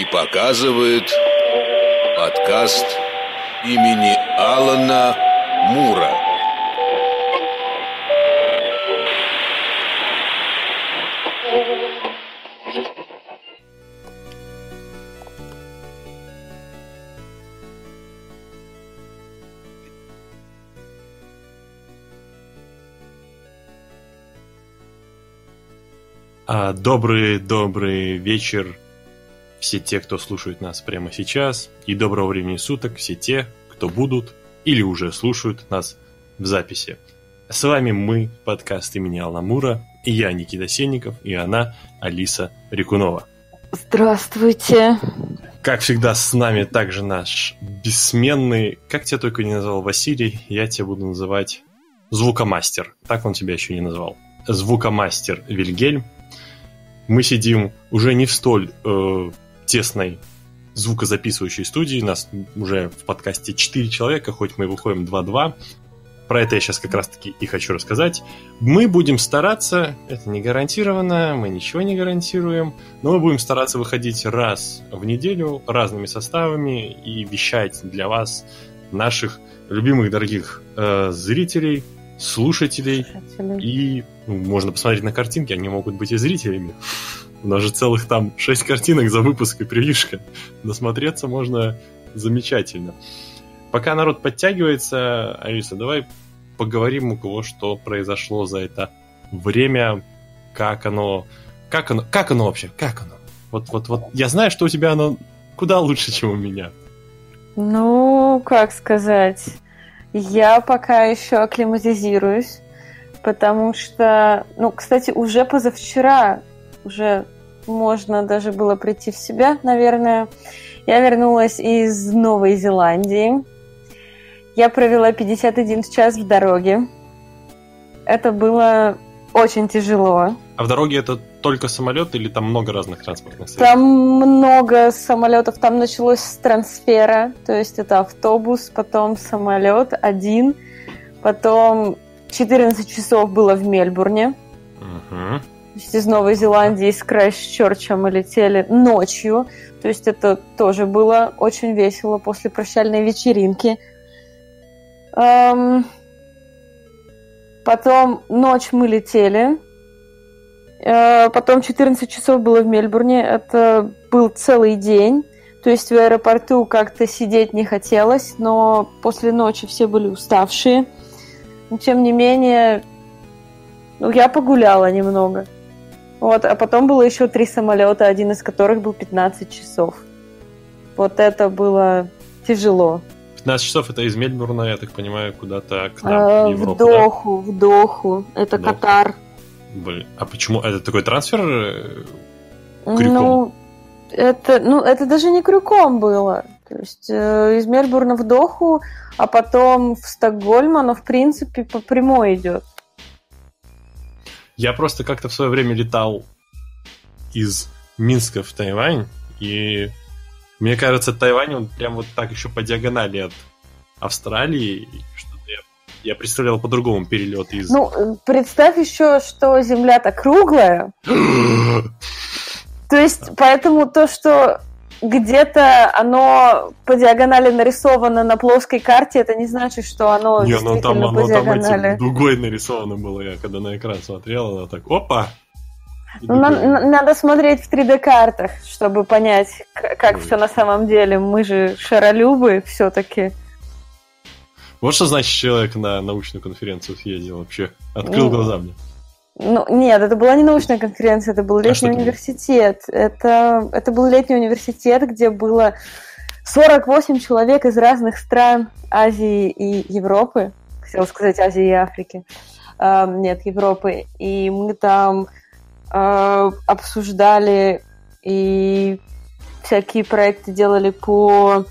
показывает подкаст имени Алана Мура. Добрый вечер все те, кто слушает нас прямо сейчас, и доброго времени суток все те, кто будут или уже слушают нас в записи. С вами мы, подкаст имени Алана Мура, и я, Никита Сенников, и она, Алиса Рикунова. Здравствуйте. Как всегда, с нами также наш бессменный, как тебя только не назвал Василий, я тебя буду называть звукомастер. Так он тебя еще не назвал. Звукомастер Вильгельм. Мы сидим уже не в столь тесной звукозаписывающей студии. Нас уже в подкасте 4 человека, хоть мы выходим 2-2. Про это я сейчас как раз-таки и хочу рассказать. Мы будем стараться, это не гарантированно, мы ничего не гарантируем, но мы будем стараться выходить раз в неделю разными составами и вещать для вас, наших любимых, дорогих зрителей, слушателей. И можно посмотреть на картинки, они могут быть и зрителями. У нас же целых там 6 картинок за выпуск и превьюшка. Насмотреться можно замечательно. Пока народ подтягивается, Алиса, давай поговорим, у кого что произошло за это время, как оно вообще, как оно? Вот, я знаю, что у тебя оно куда лучше, чем у меня. Ну, как сказать, я пока еще акклиматизируюсь, потому что, кстати, уже позавчера, уже можно даже было прийти в себя, наверное. Я вернулась из Новой Зеландии. Я провела 51 час в дороге. Это было очень тяжело. А в дороге это только самолет или там много разных транспортных средств? Там много самолетов. Там началось с трансфера. То есть это автобус, потом самолет один. Потом 14 часов было в Мельбурне. Угу. То есть из Новой Зеландии, из Крайстчерча мы летели ночью. То есть это тоже было очень весело после прощальной вечеринки. Потом ночь мы летели. Потом 14 часов было в Мельбурне. Это был целый день. То есть в аэропорту как-то сидеть не хотелось, но после ночи все были уставшие. Но тем не менее, я погуляла немного. Вот, а потом было еще 3 самолета, один из которых был 15 часов. Вот это было тяжело. 15 часов это из Мельбурна, я так понимаю, куда-то к нам, в Европу, в Доху. Это Доху. Катар. Блин, а почему? Это такой трансфер крюком? Это даже не крюком было. То есть из Мельбурна в Доху, а потом в Стокгольм, оно в принципе по прямой идет. Я просто как-то в свое время летал из Минска в Тайвань, и мне кажется, Тайвань, он прям вот так еще по диагонали от Австралии, что-то я представлял по-другому перелет из... Представь еще, что Земля-то круглая. То есть, поэтому то, что где-то оно по диагонали нарисовано на плоской карте, это не значит, что оно действительно по диагонали. Там дугой нарисовано было, я когда на экран смотрел, оно так, опа! Надо смотреть в 3D-картах, чтобы понять, как все на самом деле. Мы же шаролюбы все-таки. Вот что значит, человек на научную конференцию съездил вообще. Открыл глаза мне. Нет, это была не научная конференция, это был летний университет. Это был летний университет, где было 48 человек из разных стран Азии и Европы. Хотела сказать Азии и Африки. Нет, Европы. И мы там обсуждали и всякие проекты делали по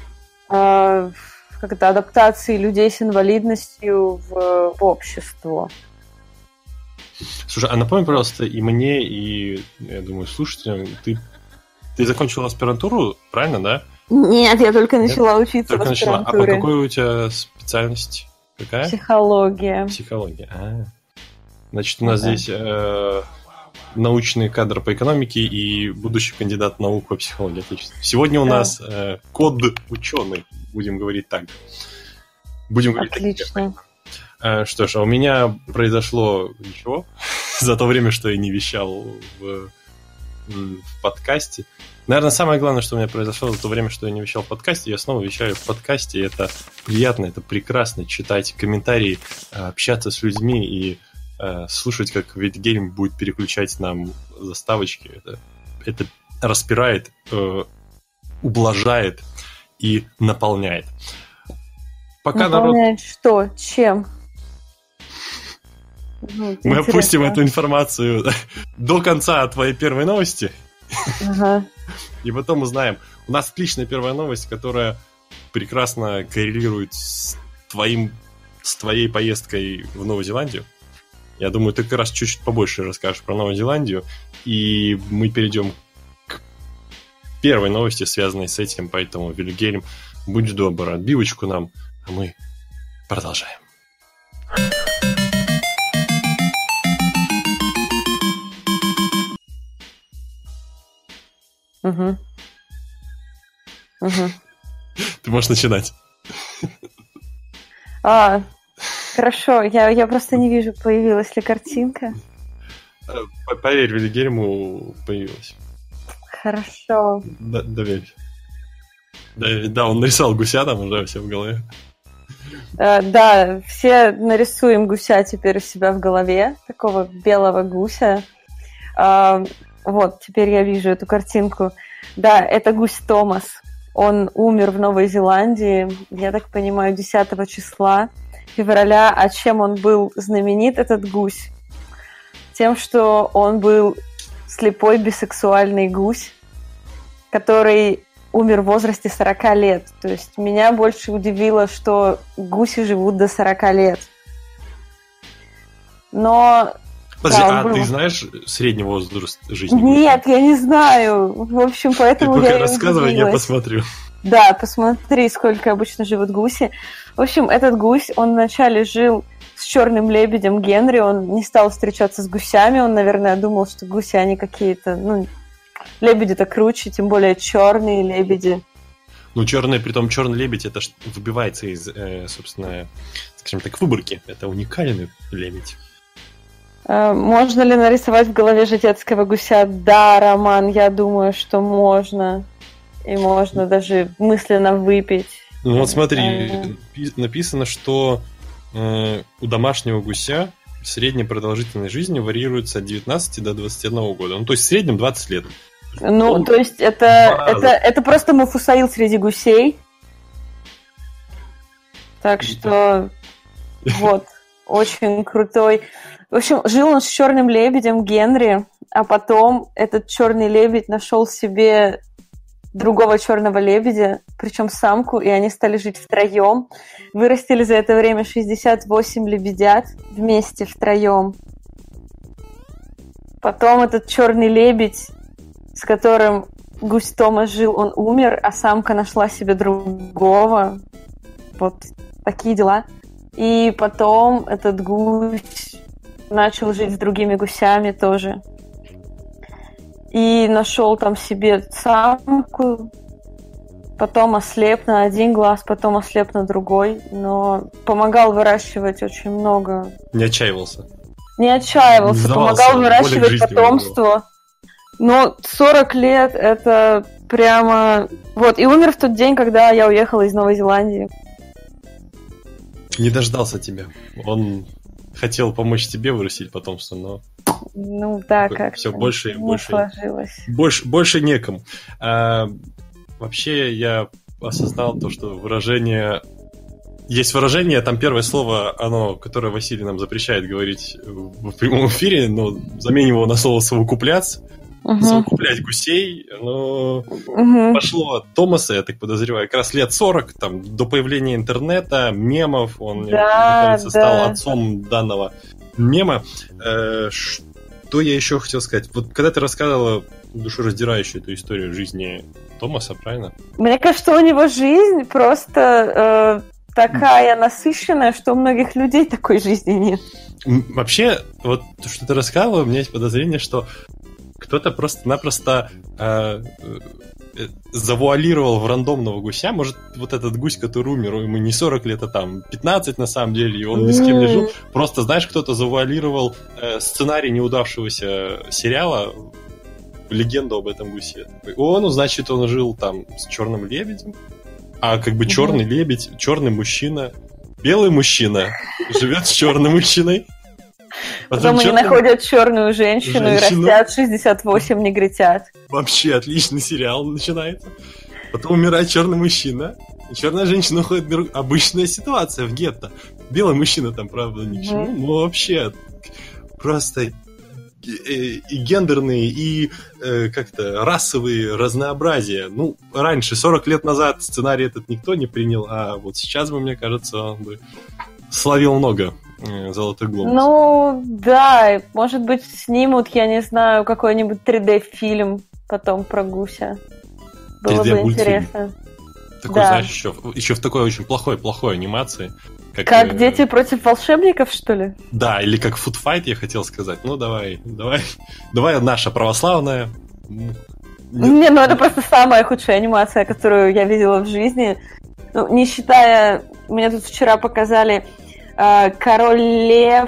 адаптации людей с инвалидностью в общество. Слушай, а напомни, пожалуйста, и мне, и, я думаю, слушателям, ты закончила аспирантуру, правильно, да? Нет, я только начала учиться в аспирантуре. А по какой у тебя специальность? Какая? Психология. Значит, у нас здесь научный кадр по экономике и будущий кандидат наук по психологии отечественной. Сегодня у нас код-ученый, будем говорить так. Будем говорить Отлично. так. Что ж, а у меня произошло ничего за то время, что я не вещал в подкасте. Наверное, самое главное, что у меня произошло за то время, что я не вещал в подкасте, я снова вещаю в подкасте. И это приятно, это прекрасно читать комментарии, общаться с людьми и слушать, как Вильгельм будет переключать нам заставочки. Это распирает, ублажает и наполняет. Пока наполняет что? Чем? Мы опустим эту информацию до конца твоей первой новости. Ага. И потом узнаем. У нас отличная первая новость, которая прекрасно коррелирует с твоей поездкой в Новую Зеландию. Я думаю, ты как раз чуть-чуть побольше расскажешь про Новую Зеландию. И мы перейдем к первой новости, связанной с этим. Поэтому, Вильгельм, будь добр, отбивочку нам, а мы продолжаем. Угу. Ты можешь начинать. Хорошо, я просто не вижу, появилась ли картинка. Поверь, Вильгельму появилась. Хорошо. Доверь. Да, он нарисовал гуся там уже все в голове. Да, все нарисуем гуся теперь у себя в голове, такого белого гуся. Вот, теперь я вижу эту картинку. Да, это гусь Томас. Он умер в Новой Зеландии, я так понимаю, 10 числа февраля. А чем он был знаменит, этот гусь? Тем, что он был слепой бисексуальный гусь, который умер в возрасте 40 лет. То есть меня больше удивило, что гуси живут до 40 лет. Но... Подожди, ты знаешь средний возраст жизни? Нет, я не знаю. В общем, поэтому ты я рассказывай, я посмотрю. Да, посмотри, сколько обычно живут гуси. В общем, этот гусь, он вначале жил с черным лебедем Генри, он не стал встречаться с гусями, он, наверное, думал, что гуси, они какие-то, лебеди-то круче, тем более черные лебеди. Притом черный лебедь, это выбивается из, собственно, скажем так, выборки. Это уникальный лебедь. Можно ли нарисовать в голове житецкого гуся? Да, Роман, я думаю, что можно. И можно даже мысленно выпить. Вот смотри, написано, что у домашнего гуся средняя продолжительность жизни варьируется от 19 до 21 года. То есть в среднем 20 лет. То есть это просто Мафусаил среди гусей. Так что вот, очень крутой. В общем, жил он с черным лебедем Генри, а потом этот черный лебедь нашел себе другого черного лебедя, причем самку, и они стали жить втроем. Вырастили за это время 68 лебедят вместе втроем. Потом этот черный лебедь, с которым гусь Томас жил, он умер, а самка нашла себе другого. Вот такие дела. И потом этот гусь начал жить с другими гусями тоже. И нашел там себе самку, потом ослеп на один глаз, потом ослеп на другой, но помогал выращивать очень много. Не отчаивался. Помогал выращивать потомство. Но 40 лет это прямо... Вот, и умер в тот день, когда я уехала из Новой Зеландии. Не дождался тебя. Он хотел помочь тебе вырастить потомство, но... как-то все больше и больше. Сложилось. Больше некому. Вообще, я осознал то, что есть выражение, там первое слово, которое Василий нам запрещает говорить в прямом эфире, но заменим его на слово «совокупляться». Совокуплять гусей, пошло от Томаса, я так подозреваю, как раз лет 40, там, до появления интернета, мемов, он, стал отцом данного мема. Что я еще хотел сказать? Вот когда ты рассказывала душераздирающую эту историю жизни Томаса, правильно? Мне кажется, у него жизнь просто такая насыщенная, что у многих людей такой жизни нет. Вообще, вот то, что ты рассказывал, у меня есть подозрение, что кто-то просто-напросто завуалировал в рандомного гуся. Может, вот этот гусь, который умер, ему не 40 лет, а там 15 на самом деле, и он ни с кем не жил. Просто, знаешь, кто-то завуалировал сценарий неудавшегося сериала, легенду об этом гусе. Ну, значит, он жил там с черным лебедем, а как бы черный лебедь, черный мужчина, белый мужчина живет с черным мужчиной. Потом они находят черную женщину и растят 68 негритят. Вообще отличный сериал начинается. Потом умирает черный мужчина, и черная женщина уходит в мир. Обычная ситуация в гетто. Белый мужчина там, правда, ни к чему. Но вообще просто и гендерные, и как-то расовые разнообразия. Ну, раньше, 40 лет назад, сценарий этот никто не принял, а вот сейчас бы, мне кажется, он бы словил много золотых глобусов. Ну, да, может быть, снимут, я не знаю, какой-нибудь 3D-фильм потом про гуся. Было бы интересно. Такой, знаешь, еще в такой очень плохой анимации. Как «Дети против волшебников», что ли? Да, или как «Фудфайт», я хотел сказать. Ну, давай наша православная. Не, ну это просто самая худшая анимация, которую я видела в жизни. Ну, не считая... Мне тут вчера показали «Король Лев»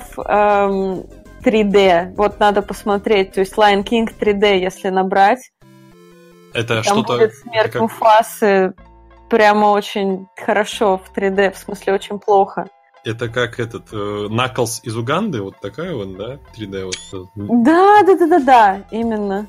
3D. Вот надо посмотреть. То есть Lion King 3D, если набрать. Это там что-то... будет смерть Муфасы. Прямо очень хорошо в 3D, в смысле очень плохо. Это как этот Knuckles из Уганды, вот такая вот, да? 3D вот. Да, именно.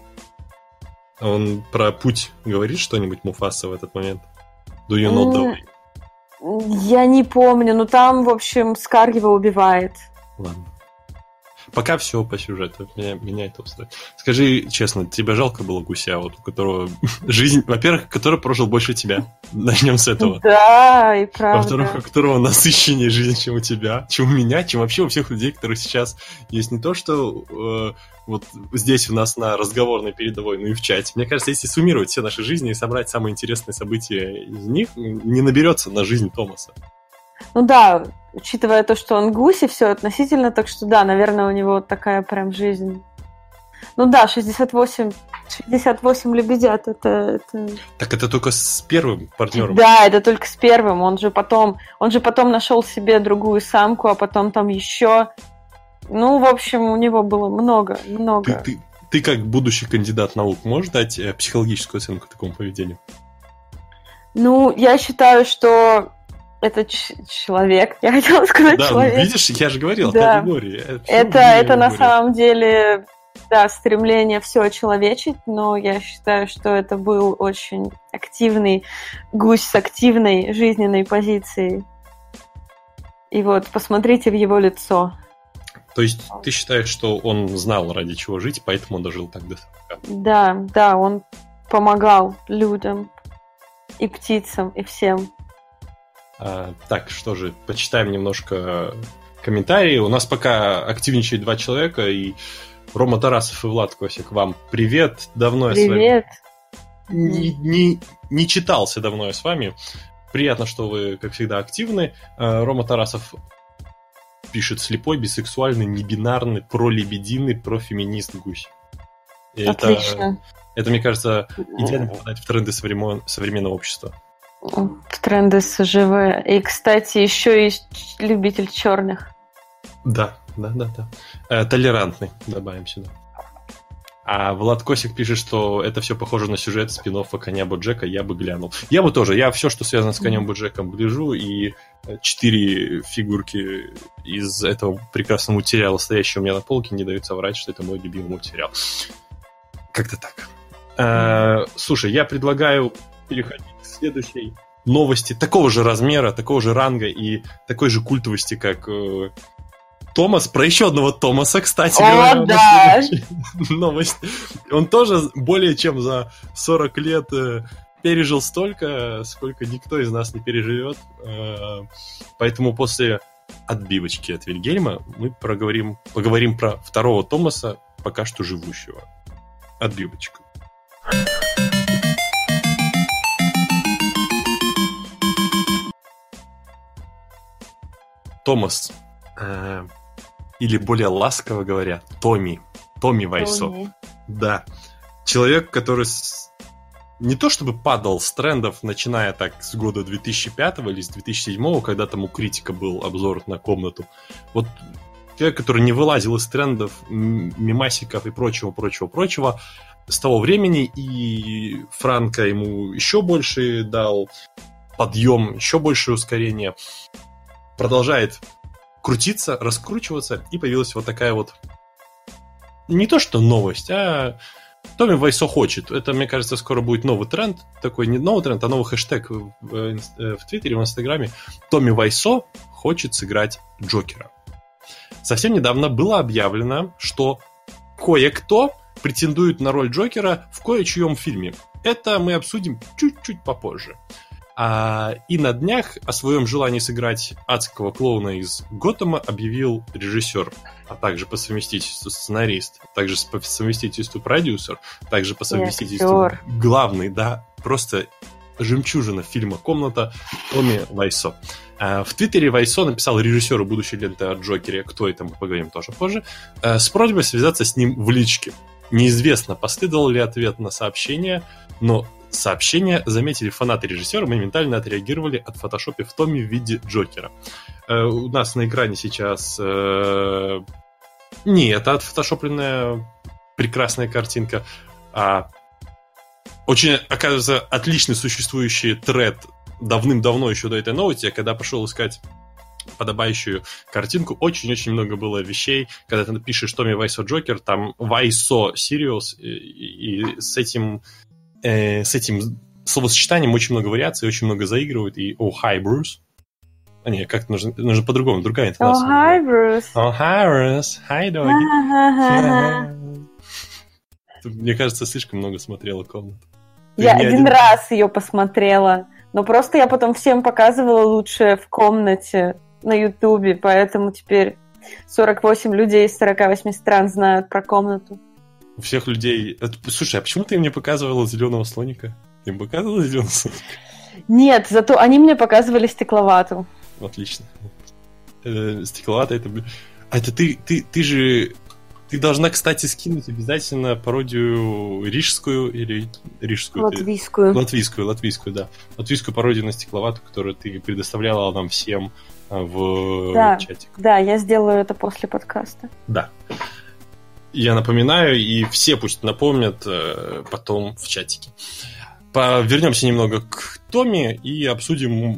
Он про путь говорит что-нибудь Муфаса в этот момент? Do you know the way? Я не помню, но там, в общем, Скар его убивает. Ладно. Пока все по сюжету. Меня это устроит. Скажи честно, тебе жалко было гуся, вот у которого жизнь, во-первых, который прожил больше тебя. Начнем с этого. Да, и правда. Во-вторых, у которого насыщеннее жизнь, чем у тебя, чем у меня, чем вообще у всех людей, которые сейчас есть не то, что вот здесь у нас на разговорной передовой, но и в чате. Мне кажется, если суммировать все наши жизни и собрать самые интересные события из них, не наберется на жизнь Томаса. Ну да, учитывая то, что он гусь и все относительно, так что да, наверное, у него такая прям жизнь. Ну да, 68 лебедят, это... Так это только с первым партнером? Да, это только с первым. Он же потом нашел себе другую самку, а потом там еще. Ну, в общем, у него было много. Ты как будущий кандидат наук можешь дать психологическую оценку такому поведению? Ну, я считаю, что это человек. Я хотела сказать человек. Да, видишь, я же говорил, да. категории. Это на самом деле, да, стремление все очеловечить, но я считаю, что это был очень активный гусь с активной жизненной позицией. И вот, посмотрите в его лицо. То есть ты считаешь, что он знал, ради чего жить, поэтому он дожил так до 40? Да, он помогал людям и птицам, и всем. Так, что же, почитаем немножко комментарии. У нас пока активничает 2 человека, и Рома Тарасов и Влад Косик, вам привет. Давно привет. Я с вами не читался давно я с вами. Приятно, что вы, как всегда, активны. Рома Тарасов пишет: слепой, бисексуальный, небинарный, пролебединый, профеминист гусь. Отлично. Это, мне кажется, идеально попадает в тренды современного общества. В тренды СЖВ. И, кстати, еще и любитель черных. Да. Толерантный, добавим сюда. А Влад Косик пишет, что это все похоже на сюжет спин-оффа «Коня Боджека», я бы глянул. Я бы тоже. Я все, что связано с «Конем Боджеком», гляжу, и 4 фигурки из этого прекрасного мультсериала, стоящие у меня на полке, не дают соврать, что это мой любимый мультсериал. Как-то так. Слушай, я предлагаю переходить к следующей новости такого же размера, такого же ранга и такой же культовости, как Томас. Про еще одного Томаса, кстати говоря. Да. Новость. Он тоже более чем за 40 лет пережил столько, сколько никто из нас не переживет. Поэтому после отбивочки от Вильгельма мы поговорим про второго Томаса, пока что живущего. Отбивочка. Томас. или более ласково говоря, Томми Вайсо. Томми. Да. Человек, который не то чтобы падал с трендов, начиная так с года 2005 или с 2007, когда там у критика был обзор на комнату. Вот человек, который не вылазил из трендов, мемасиков и прочего, с того времени, и Франко ему еще больше дал подъем, еще большее ускорение. Продолжает крутиться, раскручиваться, и появилась вот такая вот не то что новость, а Томми Вайсо хочет. Это, мне кажется, скоро будет новый тренд. Такой не новый тренд, а новый хэштег в Твиттере, в Инстаграме. Томми Вайсо хочет сыграть Джокера. Совсем недавно было объявлено, что кое-кто претендует на роль Джокера в кое-чьем фильме. Это мы обсудим чуть-чуть попозже. И на днях о своем желании сыграть адского клоуна из Готэма объявил режиссер, а также по совместительству сценарист, также по совместительству продюсер, также по совместительству главный, да, просто жемчужина фильма «Комната» Томми Вайсо. В Твиттере Вайсо написал режиссеру будущей ленты о Джокере, кто это, мы поговорим тоже позже, с просьбой связаться с ним в личке. Неизвестно, последовал ли ответ на сообщение, но сообщение заметили фанаты режиссера, моментально отреагировали, отфотошопив Томми в виде Джокера. У нас на экране сейчас не это отфотошопленная прекрасная картинка, а очень, оказывается, отличный существующий тред давным-давно еще до этой новости, когда пошел искать подобающую картинку, очень-очень много было вещей, когда ты пишешь Томми Вайсо Джокер, там Вайсо Сириус, и с этим словосочетанием очень много вариаций, очень много заигрывают, и «Oh, hi, Bruce». Не, как-то нужно по-другому, другая интонация. «Oh, hi, Bruce». «Oh, hi, Bruce. Hi, doggy». Мне кажется, слишком много смотрела комнату. Я один раз ее посмотрела, но просто я потом всем показывала лучше в комнате на Ютубе, поэтому теперь 48 людей из 48 стран знают про комнату. У всех людей... Слушай, а почему ты им не показывала «Зеленого слоника»? Ты им показывала «Зеленого слоника»? Нет, зато они мне показывали «Стекловату». Отлично. «Стекловата» — это... А это ты же... Ты должна, кстати, скинуть обязательно пародию рижскую или рижскую? Латвийскую, да. Латвийскую пародию на «Стекловату», которую ты предоставляла нам всем в чатик. Да, я сделаю это после подкаста. Да. Я напоминаю, и все пусть напомнят потом в чатике. Вернемся немного к Томми и обсудим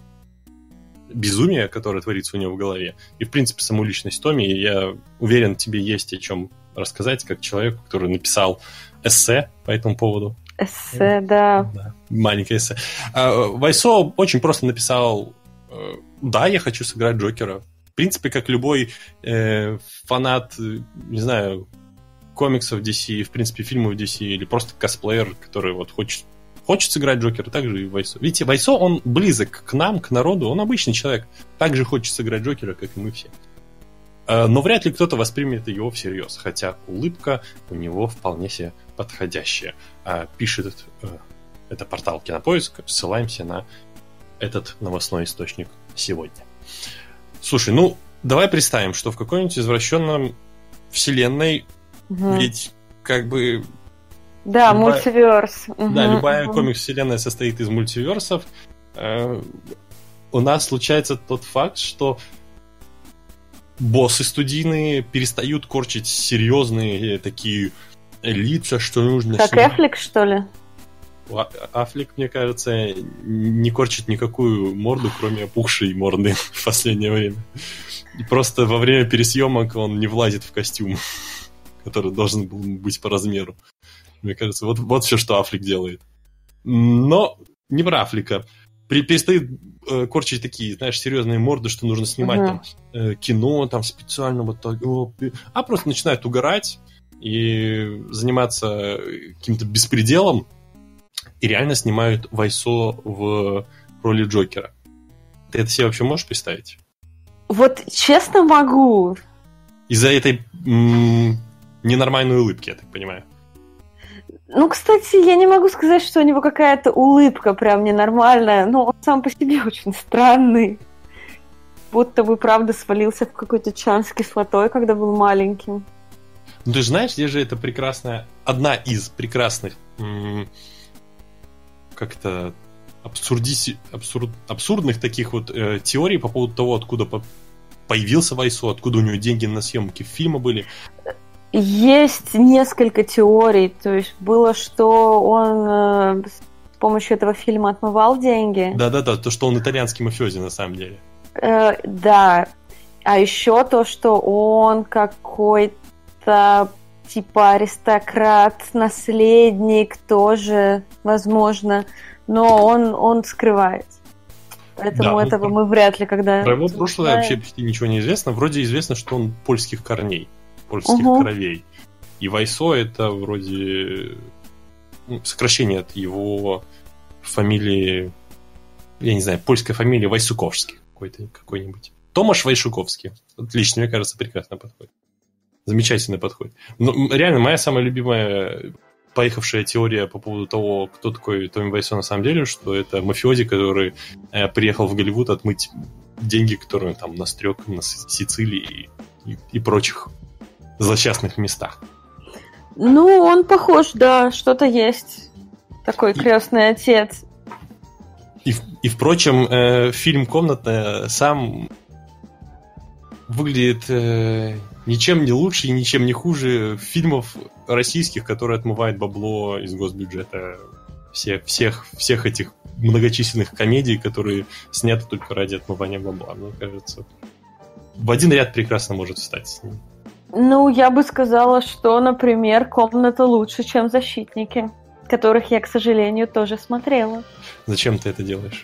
безумие, которое творится у него в голове. И, в принципе, саму личность Томми. Я уверен, тебе есть о чем рассказать, как человеку, который написал эссе по этому поводу. Эссе, да. Маленькое эссе. Вайсо очень просто написал: да, я хочу сыграть Джокера. В принципе, как любой фанат, не знаю, комиксов DC, в принципе, фильмов DC, или просто косплеер, который вот хочет сыграть Джокера, так же и Вайсо. Видите, Вайсо, он близок к нам, к народу, он обычный человек, также хочет сыграть Джокера, как и мы все. Но вряд ли кто-то воспримет его всерьез, хотя улыбка у него вполне себе подходящая. Пишет это портал Кинопоиск, ссылаемся на этот новостной источник сегодня. Слушай, давай представим, что в какой-нибудь извращенном вселенной, ведь как бы... Да, мультиверс. Да, любая комикс-вселенная состоит из мультиверсов. У нас случается тот факт, что боссы студийные перестают корчить серьезные такие лица, что нужно... Как Аффлек, что ли? Аффлек, мне кажется, не корчит никакую морду, кроме опухшей морды в последнее время. И просто во время пересъемок он не влазит в костюм, который должен был быть по размеру. Мне кажется, вот все, что Аффлек делает. Но не про Аффлека. Перестает корчить такие, знаешь, серьезные морды, что нужно снимать там кино, там специально вот так. А просто начинает угорать и заниматься каким-то беспределом. И реально снимают Вайсо в роли Джокера. Ты это себе вообще можешь представить? Вот честно могу. Из-за этой ненормальной улыбки, я так понимаю. Кстати, я не могу сказать, что у него какая-то улыбка прям ненормальная, но он сам по себе очень странный. будто бы правда свалился в какой-то чан с кислотой, когда был маленьким. Ну, ты же знаешь, где же это прекрасная... Одна из прекрасных как-то абсурдных таких вот теорий по поводу того, откуда появился Вайсо, откуда у него деньги на съемки фильма были. Есть несколько теорий. То есть было, что он с помощью этого фильма отмывал деньги. Да-да-да, то, что он итальянский мафиози на самом деле. Да. А еще то, что он какой-то типа аристократ, наследник тоже, возможно, но он скрывает. Поэтому да, этого мы вряд ли когда... Про его прошлое вообще почти ничего не известно. Вроде известно, что он польских корней, польских кровей. И Вайсо это вроде сокращение от его фамилии, я не знаю, польской фамилии Вайсуковский какой-нибудь. Томаш Вайшуковский. Отлично, мне кажется, прекрасно подходит. Замечательный подход. Но реально, моя самая любимая поехавшая теория по поводу того, кто такой Томми Вайсо на самом деле, что это мафиози, который приехал в Голливуд отмыть деньги, которые он там настрёк на Сицилии и прочих злосчастных местах. Ну, он похож, да, что-то есть. Такой крестный отец. И впрочем, фильм «Комната» сам выглядит ничем не лучше и ничем не хуже фильмов российских, которые отмывают бабло из госбюджета всех этих многочисленных комедий, которые сняты только ради отмывания бабла. Мне кажется, в один ряд прекрасно может встать с ним. Ну, я бы сказала, что, например, «Комната» лучше, чем «Защитники», которых я, к сожалению, тоже смотрела. Зачем ты это делаешь?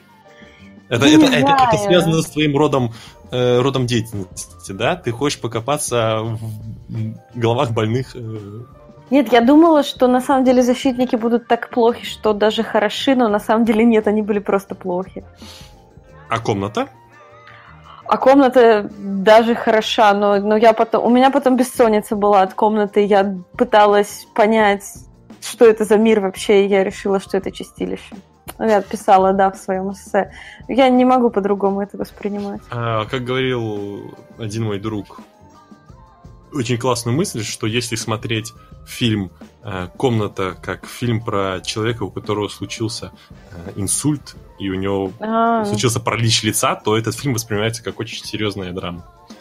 Это связано с твоим родом деятельности, да? Ты хочешь покопаться в головах больных? Нет, я думала, что на самом деле «Защитники» будут так плохи, что даже хороши, но на самом деле нет, они были просто плохи. А «Комната»? А «Комната» даже хороша, но у меня потом бессонница была от «Комнаты», я пыталась понять, что это за мир вообще, и я решила, что это чистилище. Я писала, да, в своем эссе. Я не могу по-другому это воспринимать. Как говорил один мой друг, очень классную мысль, что если смотреть фильм «Комната» как фильм про человека, у которого случился инсульт, и у него случился паралич лица, то этот фильм воспринимается как очень серьезная драма.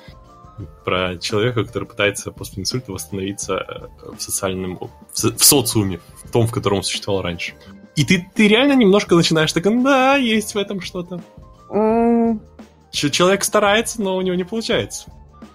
Про человека, который пытается после инсульта восстановиться в социуме, в том, в котором он существовал раньше. И ты реально немножко начинаешь так, да, есть в этом что-то. Человек старается, но у него не получается.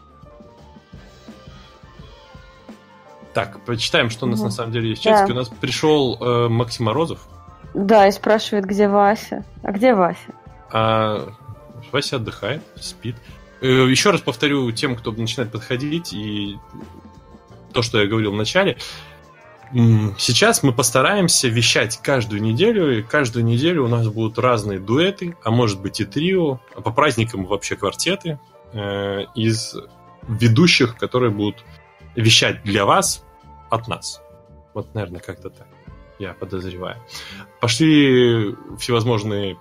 Так, почитаем, что у нас на самом деле есть в чатике. У нас пришел Максим Морозов. Да, и спрашивает, где Вася. А где Вася? Вася отдыхает, спит. Еще раз повторю тем, кто начинает подходить, и то, что я говорил в начале. Сейчас мы постараемся вещать каждую неделю, и каждую неделю у нас будут разные дуэты, а может быть и трио, а по праздникам вообще квартеты из ведущих, которые будут вещать для вас от нас. Вот, наверное, как-то так, я подозреваю. Пошли всевозможные,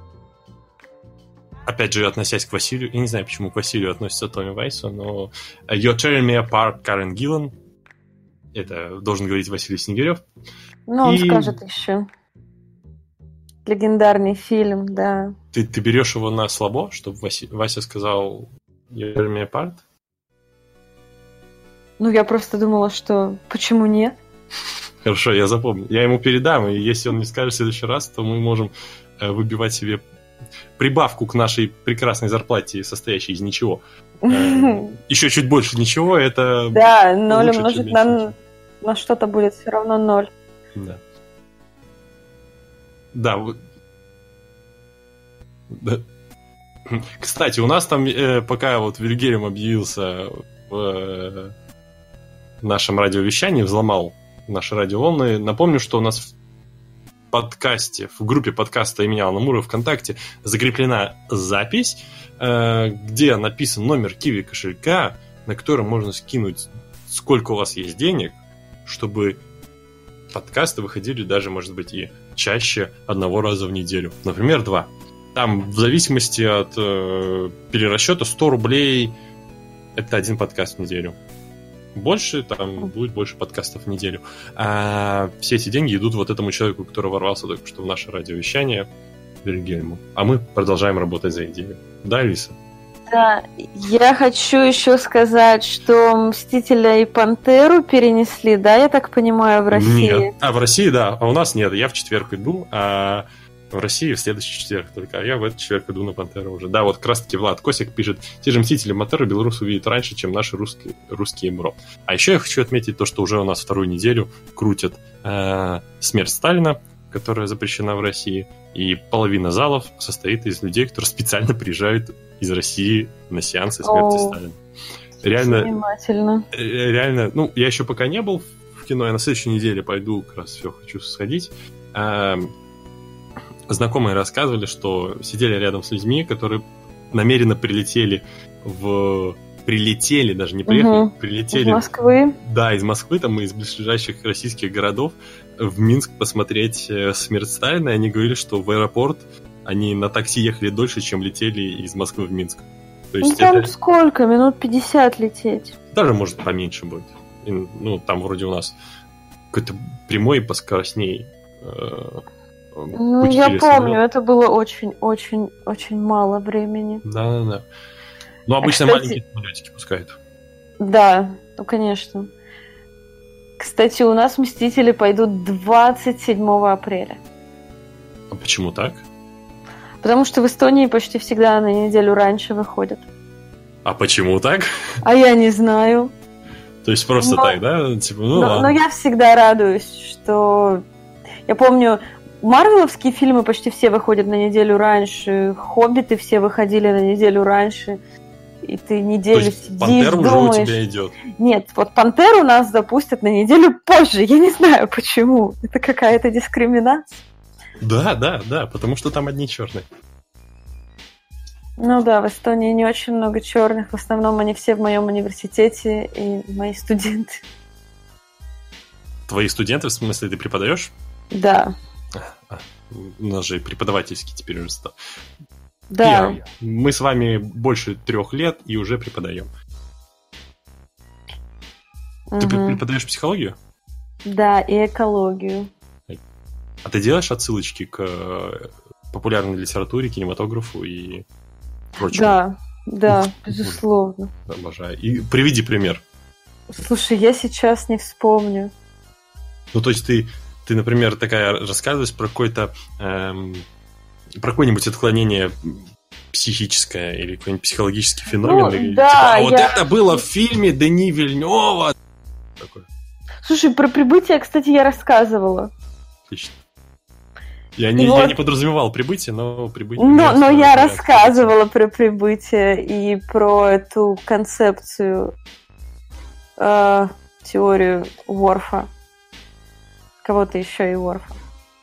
опять же, относясь к Василию, я не знаю, почему к Василию относится Томми Вайсо, но You're Tearing Me Apart, Карен Гиллан. Это должен говорить Василий Снегирев. Ну, он скажет еще. Легендарный фильм, да. Ты берешь его на слабо, чтобы Вася сказал You're Tearing Me Apart? Ну, я просто думала, что почему нет? Хорошо, я запомню. Я ему передам, и если он не скажет в следующий раз, то мы можем выбивать себе прибавку к нашей прекрасной зарплате, состоящей из ничего. Еще чуть больше ничего, это... Да, 0 умножить на что-то будет все равно 0. Да. Да. Кстати, у нас там, пока вот Вильгельм объявился в нашем радиовещании, взломал наши радиоволны, напомню, что у нас в подкасте, в группе подкаста имени Алана Мура ВКонтакте закреплена запись, где написан номер Киви кошелька, на котором можно скинуть, сколько у вас есть денег, чтобы подкасты выходили даже, может быть, и чаще одного раза в неделю. Например, 2. Там в зависимости от перерасчета 100 рублей это один подкаст в неделю. Больше, там будет больше подкастов в неделю. А все эти деньги идут вот этому человеку, который ворвался только что в наше радиовещание, Вильгельму. А мы продолжаем работать за идею. Да, Алиса? Да, я хочу еще сказать, что «Мстителя» и «Пантеру» перенесли, да, я так понимаю, в России? Нет. В России, да, а у нас нет. Я в четверг иду, а в России в следующий четверг только. А я в этот четверг иду на «Пантеру» уже. Да, вот как раз таки Влад Косик пишет: те же «Мстители» и «Пантеру» белорусы увидят раньше, чем наши русские МРО. А еще я хочу отметить то, что уже у нас вторую неделю крутят «Смерть Сталина», которая запрещена в России, и половина залов состоит из людей, которые специально приезжают из России на сеансы «Смерти Сталина». Реально, ну, я еще пока не был в кино, я на следующей неделе пойду, как раз все хочу сходить. Знакомые рассказывали, что сидели рядом с людьми, которые намеренно прилетели, даже не приехали, прилетели. Из Москвы? Да, из Москвы, там, из ближайших российских городов в Минск посмотреть «Смерть Сталина», и они говорили, что в аэропорт они на такси ехали дольше, чем летели из Москвы в Минск. То есть там это... сколько? Минут 50 лететь? Даже, может, поменьше будет. Ну, там вроде у нас какой-то прямой поскоростней. Ну, я помню, это было очень-очень-очень мало времени. Да. Ну, обычно кстати, маленькие самолетики пускают. Да, ну, конечно. Кстати, у нас «Мстители» пойдут 27 апреля. А почему так? Потому что в Эстонии почти всегда на неделю раньше выходят. А почему так? А я не знаю. То есть просто так, да? Типа, но я всегда радуюсь, что... Я помню, марвеловские фильмы почти все выходят на неделю раньше, «Хоббиты» все выходили на неделю раньше, и ты неделю сидишь, «Пантера» думаешь... уже у тебя идет. Нет, вот «Пантеру» нас запустят на неделю позже, я не знаю почему. Это какая-то дискриминация. Да, потому что там одни черные. Ну да, в Эстонии не очень много черных, в основном они все в моем университете и мои студенты. Твои студенты, в смысле, ты преподаешь? Да. У нас же преподавательский теперь уже стал. Да. Мы с вами больше 3 лет и уже преподаем. Ты преподаешь психологию? Да, и экологию. А ты делаешь отсылочки к популярной литературе, кинематографу и прочему? Да, безусловно. Обожаю. И приведи пример. Слушай, я сейчас не вспомню. Ну, то есть ты, например, такая рассказываешь про какое-то про какое-нибудь отклонение психическое или какой-нибудь психологический феномен. Ну, или, да, типа, вот это было в фильме Дени Вильнёва. Такое. Слушай, про «Прибытие», кстати, я рассказывала. Отлично. Я не подразумевал «Прибытие», но «Прибытие». Но я рассказывала про «Прибытие» и про эту концепцию, теорию Уорфа. Кого-то еще и Уорфа.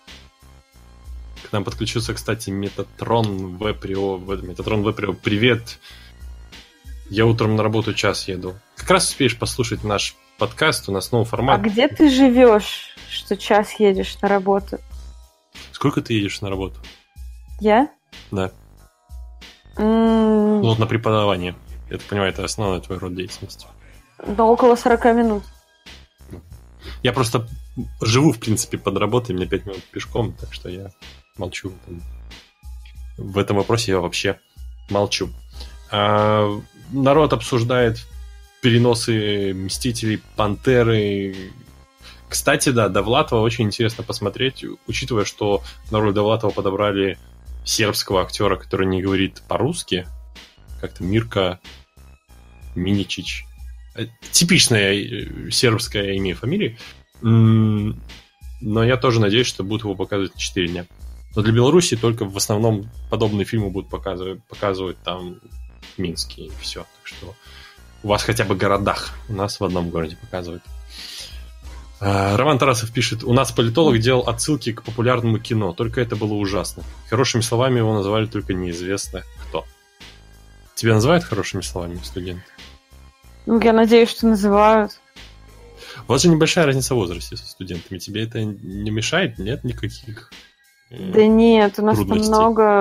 К нам подключился, кстати, Метатрон Веприо. Метатрон Веприо, привет. Я утром на работу час еду. Как раз успеешь послушать наш подкаст, у нас новый формат. А где ты живешь, что час едешь на работу? Сколько ты едешь на работу? Я? Да. Ну, вот на преподавание. Я так понимаю, это основной твой род деятельности. Да, около 40 минут. Я просто живу, в принципе, под работой, мне 5 минут пешком, так что я молчу. В этом вопросе я вообще молчу. Народ обсуждает переносы «Мстителей», «Пантеры». Кстати, да, Довлатова очень интересно посмотреть, учитывая, что на роль Довлатова подобрали сербского актера, который не говорит по-русски, как-то Мирка Миничич. Типичное сербское имя и фамилия. Но я тоже надеюсь, что будут его показывать 4 дня. Но для Беларуси только в основном подобные фильмы будут показывать там в Минске и все. Так что у вас хотя бы в городах. У нас в одном городе показывают. Роман Тарасов пишет: у нас политолог делал отсылки к популярному кино, только это было ужасно. Хорошими словами его называли только неизвестно кто. Тебя называют хорошими словами студенты? Ну, я надеюсь, что называют. У вас же небольшая разница в возрасте со студентами. Тебе это не мешает? Нет никаких Да нет, у нас там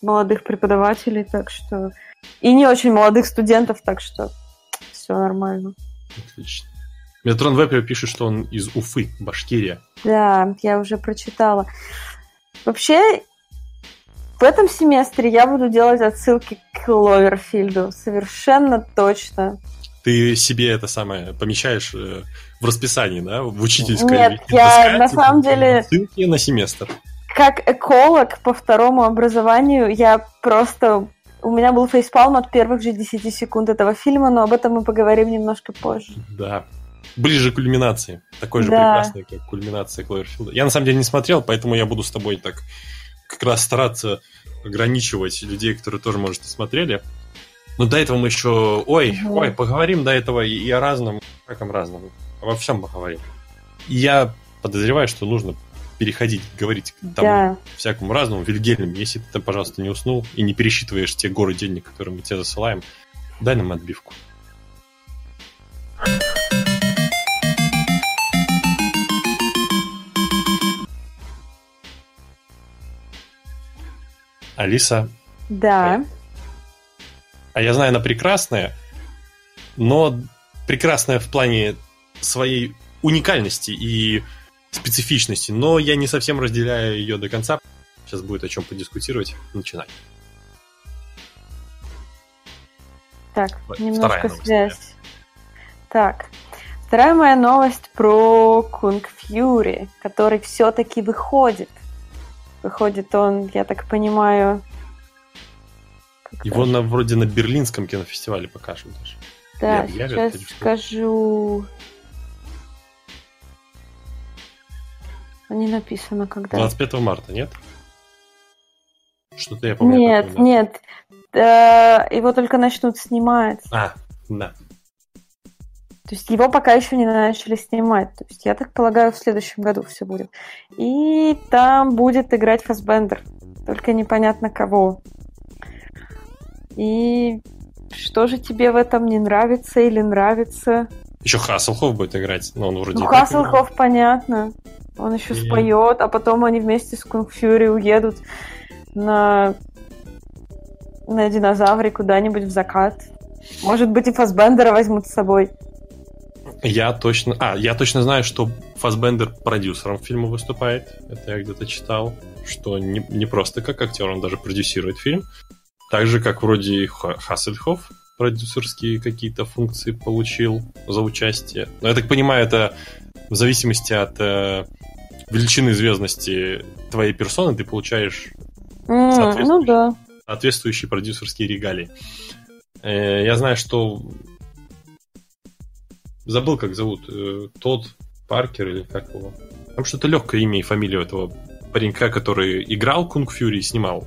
молодых преподавателей, так что... И не очень молодых студентов, так что все нормально. Отлично. Метрон Вепер пишет, что он из Уфы, Башкирия. Да, я уже прочитала. Вообще, в этом семестре я буду делать отсылки к Кловерфилду. Совершенно точно. Ты себе это самое помещаешь в расписании, да? В учительской? Нет, я на самом деле... Ссылки на семестр. Как эколог по второму образованию, я просто... У меня был фейспалм от первых же 10 секунд этого фильма, но об этом мы поговорим немножко позже. Да. Ближе к кульминации. Такой же прекрасной, как кульминация Кловерфилда. Я на самом деле не смотрел, поэтому я буду с тобой так как раз стараться ограничивать людей, которые тоже, может, не смотрели. Но до этого мы еще... Ой, поговорим до этого и о разном. Каком разном? Обо всем поговорим. И я подозреваю, что нужно переходить, говорить к тому всякому разному. Вильгельм, если ты, пожалуйста, не уснул и не пересчитываешь те горы денег, которые мы тебе засылаем, дай нам отбивку. Алиса. Да. А я знаю, она прекрасная, но прекрасная в плане своей уникальности и специфичности, но я не совсем разделяю ее до конца. Сейчас будет о чем подискутировать. Начинай. Так, немножко связь. Так, вторая моя новость про Кунг Фьюри, который все-таки выходит. Выходит он, я так понимаю... Его вроде на Берлинском кинофестивале покажут даже. Да, сейчас скажу... Не написано, когда. 25 марта, нет? Что-то я помню. Нет. Его только начнут снимать. Да. То есть его пока еще не начали снимать. То есть я так полагаю, в следующем году все будет. И там будет играть Фассбендер. Только непонятно кого. И что же тебе в этом не нравится или нравится? Еще Хассельхофф будет играть. Но он вроде Хассельхофф, понятно. Он еще споет, а потом они вместе с Кунг Фьюри уедут на динозавре куда-нибудь в закат. Может быть, и Фассбендера возьмут с собой. Я точно знаю, что Фассбендер продюсером фильма выступает. Это я где-то читал. Что не просто как актер, он даже продюсирует фильм. Так же, как вроде Хассельхофф продюсерские какие-то функции получил за участие. Но я так понимаю, это в зависимости от величины звездности твоей персоны ты получаешь соответствующие продюсерские регалии. Я знаю, что... Забыл, как зовут. Тодд Паркер или как его? Там что-то легкое имя и фамилия этого паренька, который играл Кунг Фьюри и снимал.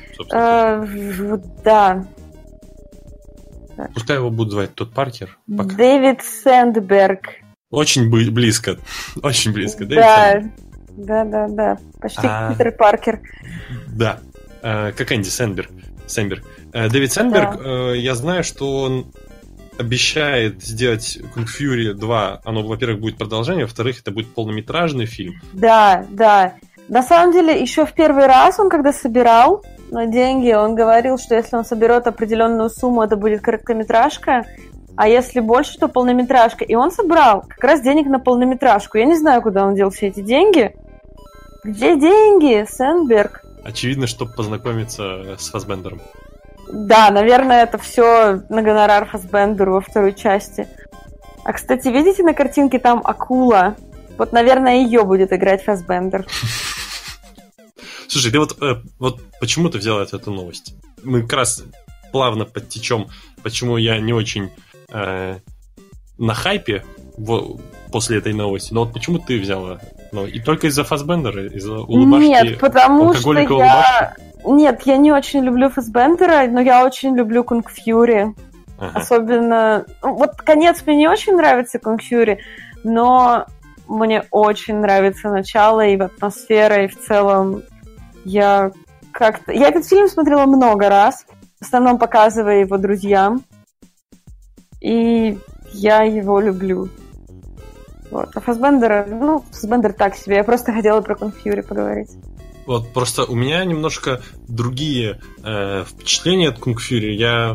Да. Пускай его будут звать Тодд Паркер. Пока. Дэвид Сэндберг. Очень близко. Очень близко. Да. Почти Питер Паркер. Да. Как Энди Сэнберг. Дэвид Сэндберг, я знаю, что он обещает сделать Кунг Фьюри 2. Оно, во-первых, будет продолжение, во-вторых, это будет полнометражный фильм. Да. На самом деле, еще в первый раз он, когда собирал деньги, он говорил, что если он соберет определенную сумму, это будет короткометражка, а если больше, то полнометражка. И он собрал как раз денег на полнометражку. Я не знаю, куда он дел все эти деньги. Где деньги, Сэндберг? Очевидно, чтобы познакомиться с Фассбендером. Да, наверное, это все на гонорар Фассбендеру во второй части. А, кстати, видите на картинке там акула? Вот, наверное, ее будет играть Фассбендер. Слушай, ты вот почему ты взяла эту новость? Мы как раз плавно подтечем, почему я не очень на хайпе после этой новости. Но вот почему ты взяла? И только из-за Фассбендера? Из-за улыбашки? Нет, потому что Нет, я не очень люблю Фассбендера, но я очень люблю Кунг Фьюри. Ага. Особенно... Вот конец мне не очень нравится Кунг Фьюри, но мне очень нравится начало и атмосфера, и в целом я этот фильм смотрела много раз, в основном показывая его друзьям, и я его люблю. Вот. А Фассбендер так себе. Я просто хотела про Кунг Фьюри поговорить. Вот просто у меня немножко другие впечатления от Кунг Фьюри. Я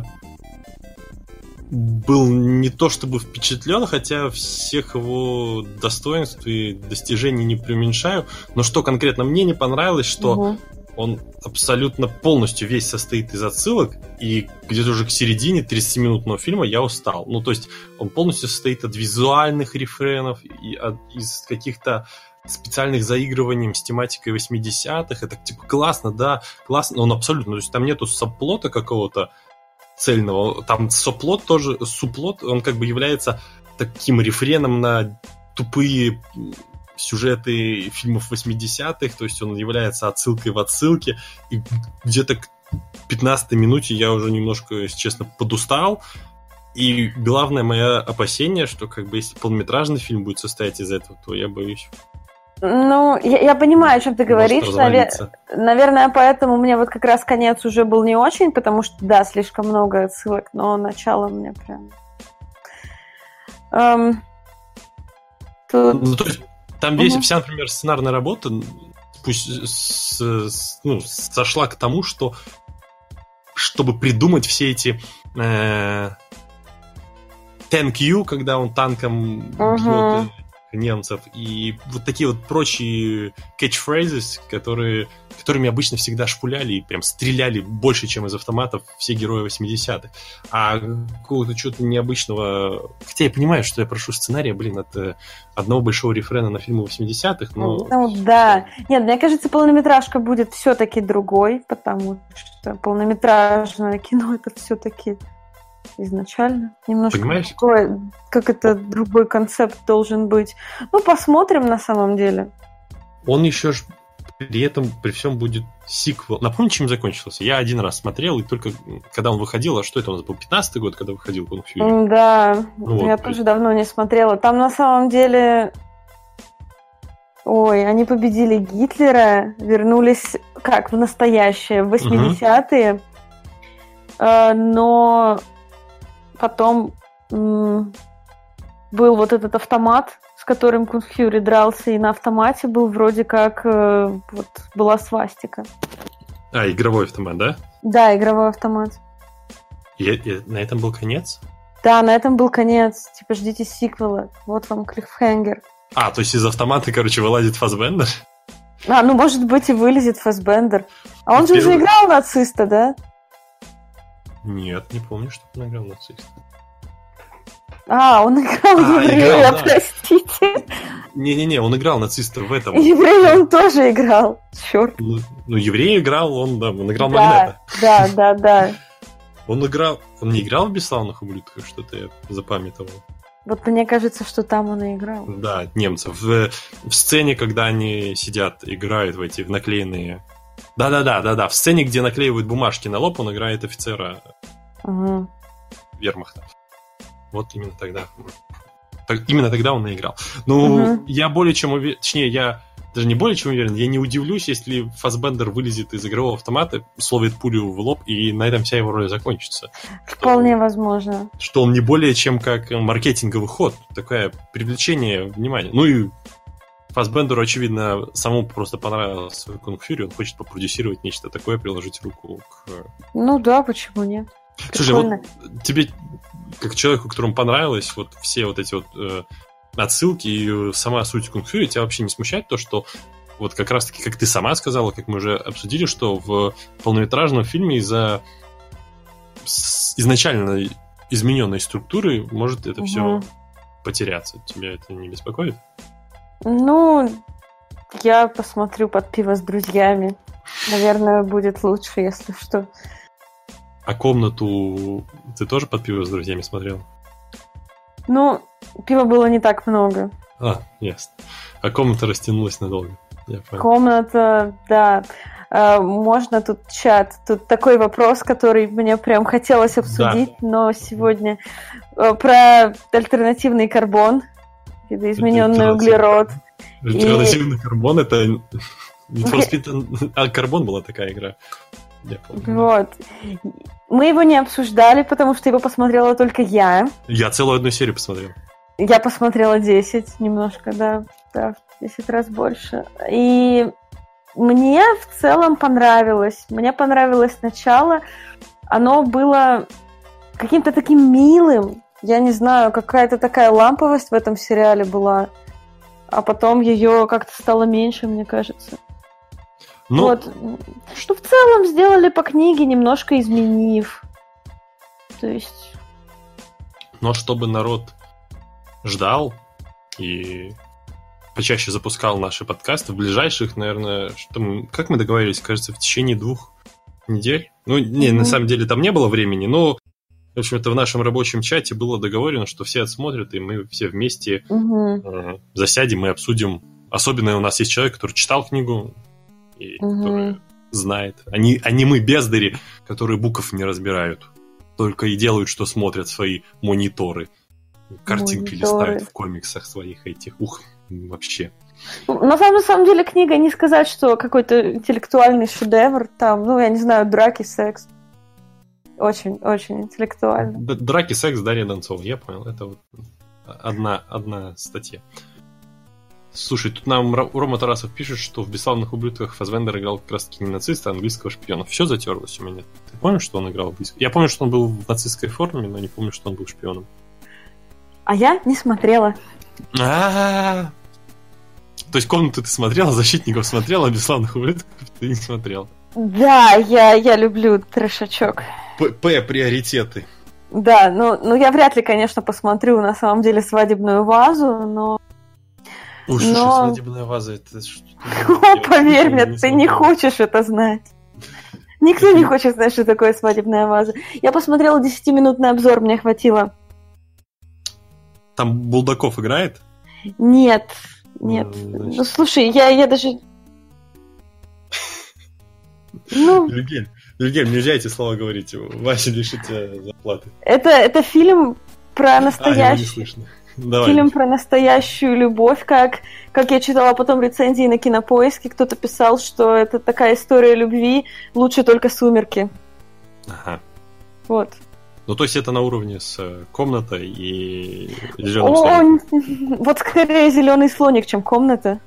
был не то чтобы впечатлен, хотя всех его достоинств и достижений не преуменьшаю. Но что конкретно мне не понравилось, что он абсолютно полностью весь состоит из отсылок, и где-то уже к середине 30-минутного фильма я устал. Ну, то есть он полностью состоит от визуальных рефренов и из каких-то специальных заигрываний с тематикой 80-х. Это типа классно, да, классно, но он абсолютно, то есть там нету сабплота какого-то цельного, там соплот тоже, суплот, он как бы является таким рефреном на тупые сюжеты фильмов 80-х, то есть он является отсылкой в отсылке, и где-то к 15-й минуте я уже немножко, если честно, подустал, и главное мое опасение, что как бы если полнометражный фильм будет состоять из этого, то я боюсь. Ну, я понимаю, о чем ты говоришь. Наверное, поэтому мне вот как раз конец уже был не очень, потому что, да, слишком много отсылок, но начало мне прям... Ну, то есть там вся, например, сценарная работа сошла к тому, что чтобы придумать все эти thank you, когда он танком бьет немцев, и вот такие вот прочие catchphrases, которыми обычно всегда шпуляли и прям стреляли больше, чем из автоматов все герои 80-х. А какого-то чего-то необычного... Хотя я понимаю, что я прошу сценария, от одного большого рефрена на фильмы 80-х, но... Ну да. Нет, мне кажется, полнометражка будет все-таки другой, потому что полнометражное кино это все-таки изначально немножко такое, как это другой концепт должен быть. Ну, посмотрим на самом деле. Он еще ж при всем будет сиквел. Напомни, чем закончился? Я один раз смотрел, и только когда он выходил, а что это у нас был? 15-й год, когда выходил Кунг Фьюри? Да, я тоже давно не смотрела. Там на самом деле... Ой, они победили Гитлера, вернулись как в настоящее, в 80-е, но... Потом был вот этот автомат, с которым Кунг Фьюри дрался, и на автомате был вроде как вот была свастика. Игровой автомат, да? Да, игровой автомат. И на этом был конец? Да, на этом был конец. Типа, ждите сиквела. Вот вам клиффхенгер. То есть из автомата, вылазит Фассбендер? Ну, может быть, и вылезет Фассбендер. А он же уже играл нациста, да? Нет, не помню, что он играл нациста. Он играл еврея, простите. Не-не-не, он играл нациста в этом. Еврея он тоже играл, черт. Ну, еврея играл, он играл Магнета. Да. Он не играл в «Бесславных ублюдках», что-то я запамятовал. Вот мне кажется, что там он и играл. Да, немцев. В сцене, когда они сидят, играют в эти наклеенные... Да. В сцене, где наклеивают бумажки на лоб, он играет офицера вермахта. Вот именно тогда. Именно тогда он и играл. Ну, я более чем уверен... Точнее, я даже не более чем уверен, я не удивлюсь, если Фассбендер вылезет из игрового автомата, словит пулю в лоб, и на этом вся его роль закончится. Вполне возможно. Что он не более чем как маркетинговый ход. Такое привлечение внимания. Ну и Фассбендеру, очевидно, самому просто понравился Кунг Фьюри, он хочет попродюсировать нечто такое, приложить руку к... Ну да, почему нет? Слушай, вот тебе, как человеку, которому понравилось вот все вот эти вот отсылки и сама суть Кунг Фьюри, тебя вообще не смущает то, что вот как раз-таки, как ты сама сказала, как мы уже обсудили, что в полнометражном фильме из-за изначально измененной структуры может это все потеряться. Тебя это не беспокоит? Ну, я посмотрю под пиво с друзьями. Наверное, будет лучше, если что. А «Комнату» ты тоже под пиво с друзьями смотрел? Ну, пива было не так много. Ясно. А «Комната» растянулась надолго. Я понял. «Комната», да. Можно тут чат. Тут такой вопрос, который мне прям хотелось обсудить, но сегодня про альтернативный карбон. Видоизмененный углерод. Альтернативный карбон — это... Карбон была такая игра. Вот. Мы его не обсуждали, потому что его посмотрела только я. Я целую одну серию посмотрел. Я посмотрела 10, немножко, да, 10 раз больше. И Мне в целом понравилось. Мне понравилось начало. Оно было каким-то таким милым. Я не знаю, какая-то такая ламповость в этом сериале была. А потом ее как-то стало меньше, мне кажется. Ну, вот. Что в целом сделали по книге, немножко изменив. То есть... Но чтобы народ ждал и почаще запускал наши подкасты, в ближайших, наверное, как мы договорились, кажется, в течение 2 недель. Ну, не, на самом деле там не было времени, но, в общем-то, в нашем рабочем чате было договорено, что все отсмотрят, и мы все вместе засядем и обсудим. Особенно у нас есть человек, который читал книгу и который знает. Они мы бездари, которые букв не разбирают. Только и делают, что смотрят свои мониторы. Картинки листают в комиксах своих этих. Вообще. На самом деле книга не сказать, что какой-то интеллектуальный шедевр. Там, я не знаю, драки, секс. Очень интеллектуально. Драки, секс, Дарья Донцова. Я понял. Это вот одна статья. Слушай, тут нам Рома Тарасов пишет, что в «Бесславных ублюдках» Фассбендер играл как раз-таки не нациста, а английского шпиона. Все затерлось у меня. Ты помнишь, что он играл? Я помню, что он был в нацистской форме, но не помню, что он был шпионом. А я не смотрела. То есть «Комнату» ты смотрела, «Защитников» смотрела, а «Бесславных ублюдков» ты не смотрел. Да, я люблю трешачок. Приоритеты. Да, я вряд ли, конечно, посмотрю на самом деле «Свадебную вазу», но... Слушай, «Свадебная ваза» это что-то... Поверь мне, ты не хочешь это знать. Никто не хочет знать, что такое «Свадебная ваза». Я посмотрела 10-минутный обзор, мне хватило. Там Булдаков играет? Нет. Ну, слушай, я даже... Вильгельм, нельзя эти слова говорить. Вася лишит тебя зарплаты. Это фильм про настоящий... Фильм про настоящую любовь, как я читала потом рецензии на Кинопоиске, кто-то писал, что это такая история любви, лучше только «Сумерки». Ага. Вот. Ну, то есть это на уровне с «Комнатой» и «Зеленым слоником». Вот скорее «Зеленый слоник», чем «Комната».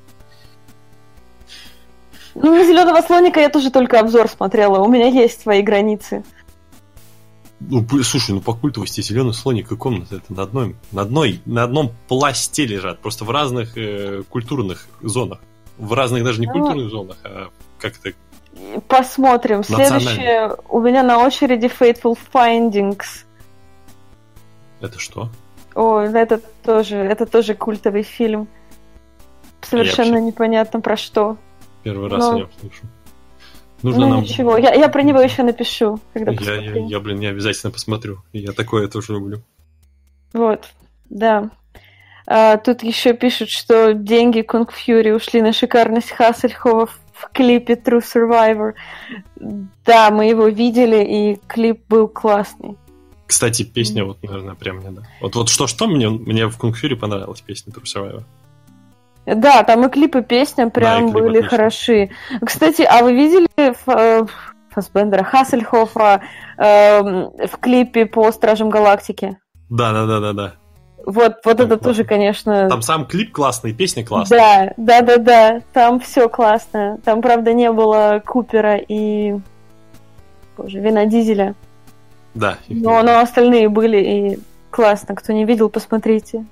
На «Зеленого слоника» я тоже только обзор смотрела, у меня есть свои границы. Слушай, по культовости «Зеленый слоник» и «Комната» это на одном пласте лежат, просто в разных культурных зонах. В разных даже не культурных зонах, а как-то... Посмотрим. Следующее у меня на очереди Fateful Findings. Это что? Это тоже культовый фильм. Совершенно непонятно про что. Первый раз о нем слышу. Нужно ничего, я про него еще напишу, когда посмотрю. Я обязательно посмотрю. Я такое тоже люблю. Вот, да. Тут еще пишут, что деньги Kung Fury ушли на шикарность Хассельхова в клипе True Survivor. Да, мы его видели, и клип был классный. Кстати, песня, наверное, прям мне, да. Вот что мне в Kung Fury понравилась песня True Survivor. Да, там и клип, и песня прям были хороши. Кстати, а вы видели Фассбендера, Хассельхофа в клипе по Стражам Галактики? Да. Вот это тоже, конечно... Там сам клип классный, песня классная. Да. Там все классно. Там, правда, не было Купера и Вина Дизеля. Да. Но остальные были, и классно. Кто не видел, посмотрите.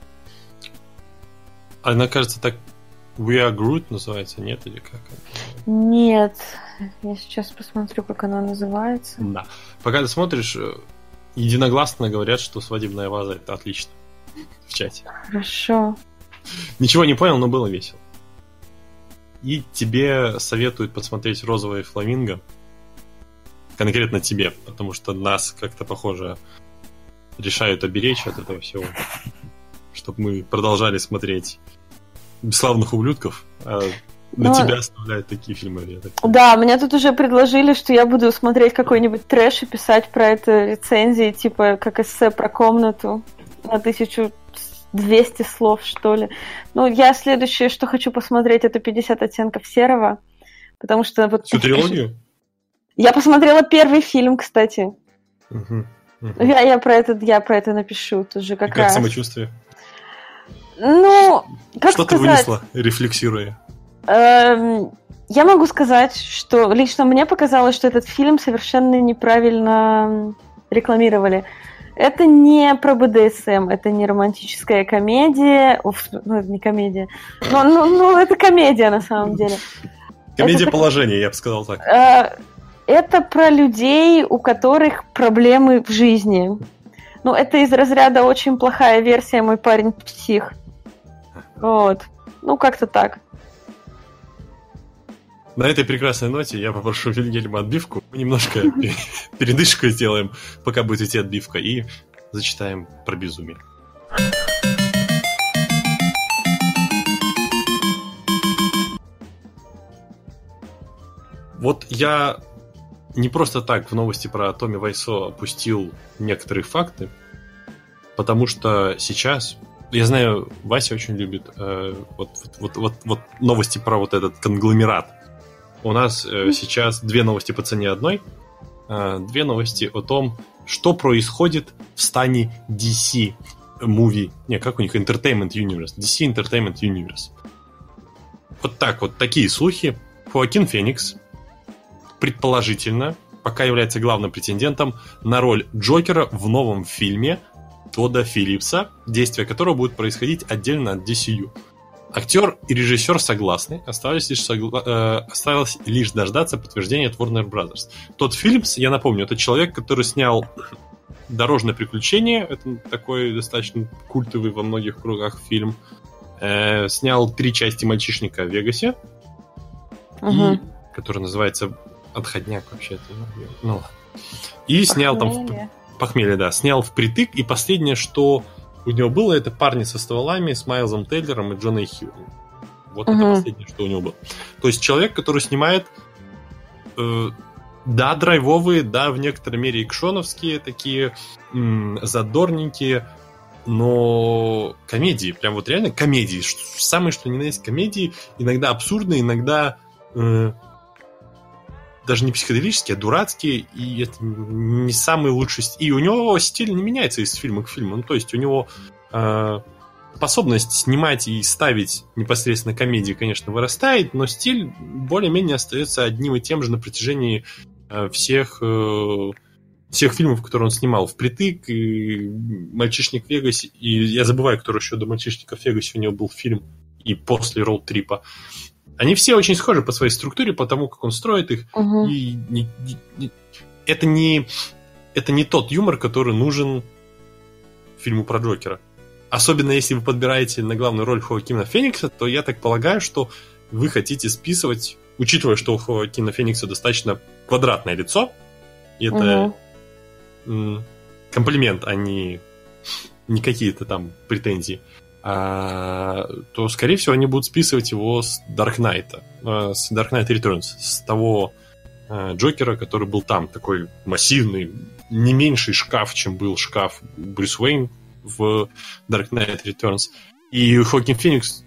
Она, кажется, так We Are Groot называется, нет? Или как? Нет. Я сейчас посмотрю, как она называется. Да. Пока ты смотришь, единогласно говорят, что «Свадебная ваза» — это отлично. В чате. Хорошо. Ничего не понял, но было весело. И тебе советуют посмотреть «Розовое фламинго». Конкретно тебе, потому что нас как-то, похоже, решают оберечь от этого всего. Чтобы мы продолжали смотреть «Бесславных ублюдков», а на тебя оставляют такие фильмы. Да, мне тут уже предложили, что я буду смотреть какой-нибудь трэш и писать про это рецензии, типа как эссе про «Комнату» на 1200 слов, что ли. Я следующее, что хочу посмотреть, это 50 оттенков серого, потому что... Всю трилогию? Я посмотрела первый фильм, кстати. Я про это напишу тоже как раз. Как самочувствие? Как что сказать? ты вынесла, рефлексируя? Я могу сказать, что лично мне показалось, что этот фильм совершенно неправильно рекламировали. Это не про БДСМ, это не романтическая комедия. Это не комедия. Но это комедия на самом деле. Комедия положения, я бы сказал так. Это про людей, у которых проблемы в жизни. Это из разряда очень плохая версия «Мой парень псих». Вот. Как-то так. На этой прекрасной ноте я попрошу Вильгельма отбивку. Мы немножко передышку сделаем, пока будет идти отбивка, и зачитаем про безумие. Вот я не просто так в новости про Томми Вайсо опустил некоторые факты, потому что сейчас... Я знаю, Вася очень любит вот новости про вот этот конгломерат. У нас сейчас 2 новости по цене одной. 2 новости о том, что происходит в стане DC Movie. Как у них? Entertainment Universe. DC Entertainment Universe. Вот так вот, такие слухи. Хоакин Феникс предположительно пока является главным претендентом на роль Джокера в новом фильме Тодда Филлипса, действие которого будет происходить отдельно от DCU. Актер и режиссер согласны, осталось лишь дождаться подтверждения от Warner Brothers. Тодд Филлипс, я напомню, это человек, который снял «Дорожное приключение», это такой достаточно культовый во многих кругах фильм, снял 3 части «Мальчишника в Вегасе», и, который называется «Отходняк» вообще-то. И снял там... «Похмелье», да. Снял «Впритык», и последнее, что у него было, это «Парни со стволами» с Майлзом Тейлором и Джоной Хиллом. Вот это последнее, что у него было. То есть человек, который снимает драйвовые, в некоторой мере экшоновские, такие задорненькие, но комедии, прям вот реально комедии. Самое что ни на есть комедии, иногда абсурдные, иногда... даже не психоделические, а дурацкие, и это не самый лучший стиль. И у него стиль не меняется из фильма к фильму. То есть у него способность снимать и ставить непосредственно комедии, конечно, вырастает, но стиль более-менее остается одним и тем же на протяжении всех фильмов, которые он снимал. «Впритык», и «Мальчишник в Вегасе», и я забываю, который еще до «Мальчишника в Вегасе» у него был фильм, и после «Роуд-трипа». Они все очень схожи по своей структуре, по тому, как он строит их. И это не тот юмор, который нужен фильму про Джокера. Особенно если вы подбираете на главную роль Хоакина Феникса, то я так полагаю, что вы хотите списывать, учитывая, что у Хоакина Феникса достаточно квадратное лицо, и это комплимент, а не какие-то там претензии, то, скорее всего, они будут списывать его с Dark Knight Returns, с того Джокера, который был там, такой массивный, не меньший шкаф, чем был шкаф Брюс Уэйн в Dark Knight Returns. И Хоакин Феникс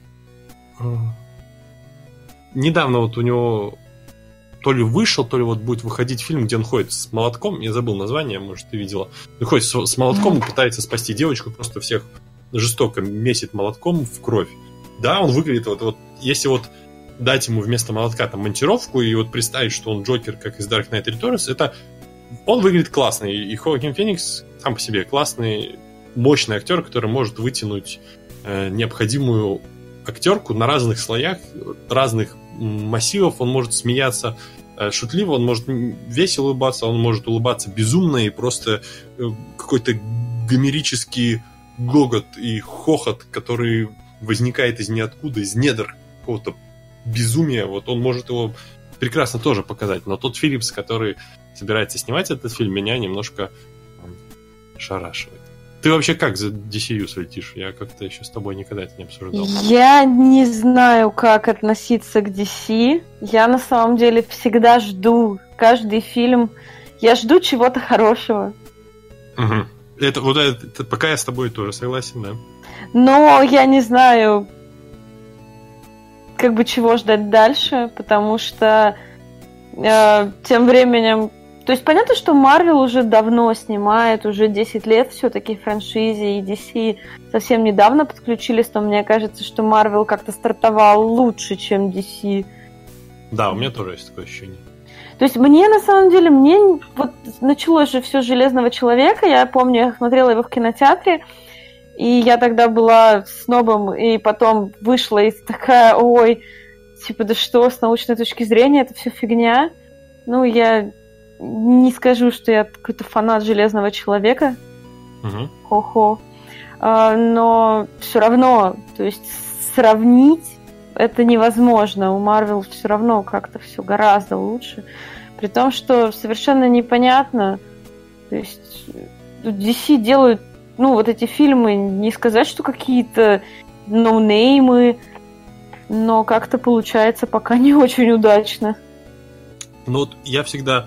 недавно вот у него то ли вышел, то ли вот будет выходить фильм, где он ходит с молотком, я забыл название, может, ты видела. Он ходит с молотком и пытается спасти девочку, просто всех жестоко месит молотком в кровь. Да, он выглядит вот если вот дать ему вместо молотка там монтировку и вот представить, что он Джокер, как из Dark Knight Returns, это он выглядит классно. И Хоакин Феникс сам по себе классный, мощный актер, который может вытянуть необходимую актерку на разных слоях, разных массивов. Он может смеяться шутливо, он может весело улыбаться, он может улыбаться безумно и просто какой-то гомерический гогот и хохот, который возникает из ниоткуда, из недр какого-то безумия. Вот он может его прекрасно тоже показать. Но тот Филлипс, который собирается снимать этот фильм, меня немножко шарашивает. Ты вообще как за DCU следишь? Я как-то еще с тобой никогда это не обсуждал. Я не знаю, как относиться к DC. Я на самом деле всегда жду каждый фильм. Я жду чего-то хорошего. Угу. Это пока я с тобой тоже согласен, да. Но я не знаю, как бы чего ждать дальше, потому что тем временем... То есть понятно, что Marvel уже давно снимает, уже 10 лет все-таки в франшизе, и DC совсем недавно подключились, но мне кажется, что Marvel как-то стартовал лучше, чем DC. Да, у меня тоже есть такое ощущение. То есть мне, на самом деле, вот началось же все с «Железного человека», я помню, я смотрела его в кинотеатре, и я тогда была снобом, и потом вышла и такая, ой, типа, да что, с научной точки зрения, это все фигня. Ну, я не скажу, что я какой-то фанат «Железного человека», хо-хо, но все равно, то есть сравнить это невозможно. У Marvel все равно как-то все гораздо лучше. При том, что совершенно непонятно. То есть DC делают, ну, вот эти фильмы, не сказать, что какие-то ноунеймы, но как-то получается пока не очень удачно. Ну вот я всегда,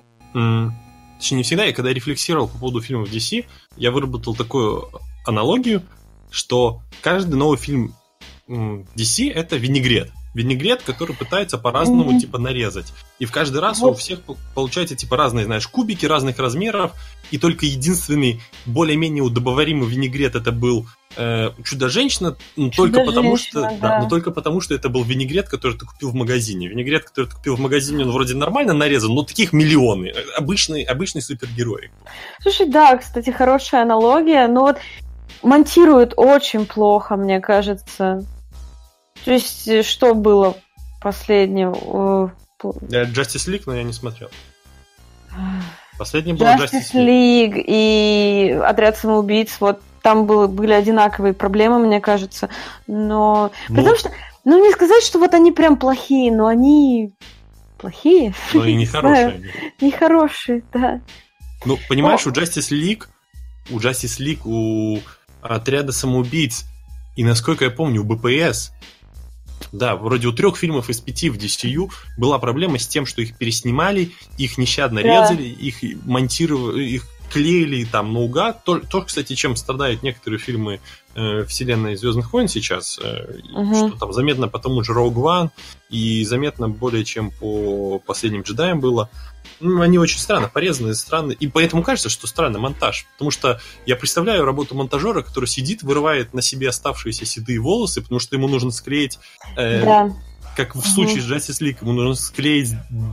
точнее не всегда, я когда рефлексировал по поводу фильмов DC, я выработал такую аналогию, что каждый новый фильм DC это винегрет. Винегрет, который пытается по-разному типа нарезать. И в каждый раз у всех получается типа разные, знаешь, кубики разных размеров. И только единственный более-менее удобоваримый винегрет это был Чудо-женщина, но только потому что но только потому, что это был винегрет, который ты купил в магазине. Винегрет, который ты купил в магазине, он вроде нормально нарезан, но таких миллионы. Обычный супергерой. Слушай, да, кстати, хорошая аналогия. Но вот монтируют очень плохо, мне кажется. То есть, что было последнее? Justice League, но я не смотрел. Последний был Justice League и Отряд самоубийц. Вот там были одинаковые проблемы, мне кажется. Но потому что, ну, не сказать, что вот они прям плохие, но они плохие. Но и нехорошие. Нехорошие, да. Ну, понимаешь, у Justice League, у Отряда самоубийц и, насколько я помню, у БПС, да, вроде у 3 фильмов из 5 в DCU была проблема с тем, что их переснимали, их нещадно резали, их монтировали, их клеили там наугад. То, кстати, чем страдают некоторые фильмы вселенной Звездных войн сейчас, что там заметно по тому же Rogue One и заметно более чем по Последним джедаям было. Ну, они очень странно порезаны, странные. И поэтому кажется, что странный монтаж. Потому что я представляю работу монтажера, который сидит, вырывает на себе оставшиеся седые волосы, потому что ему нужно склеить, как в случае с Justice League, ему нужно склеить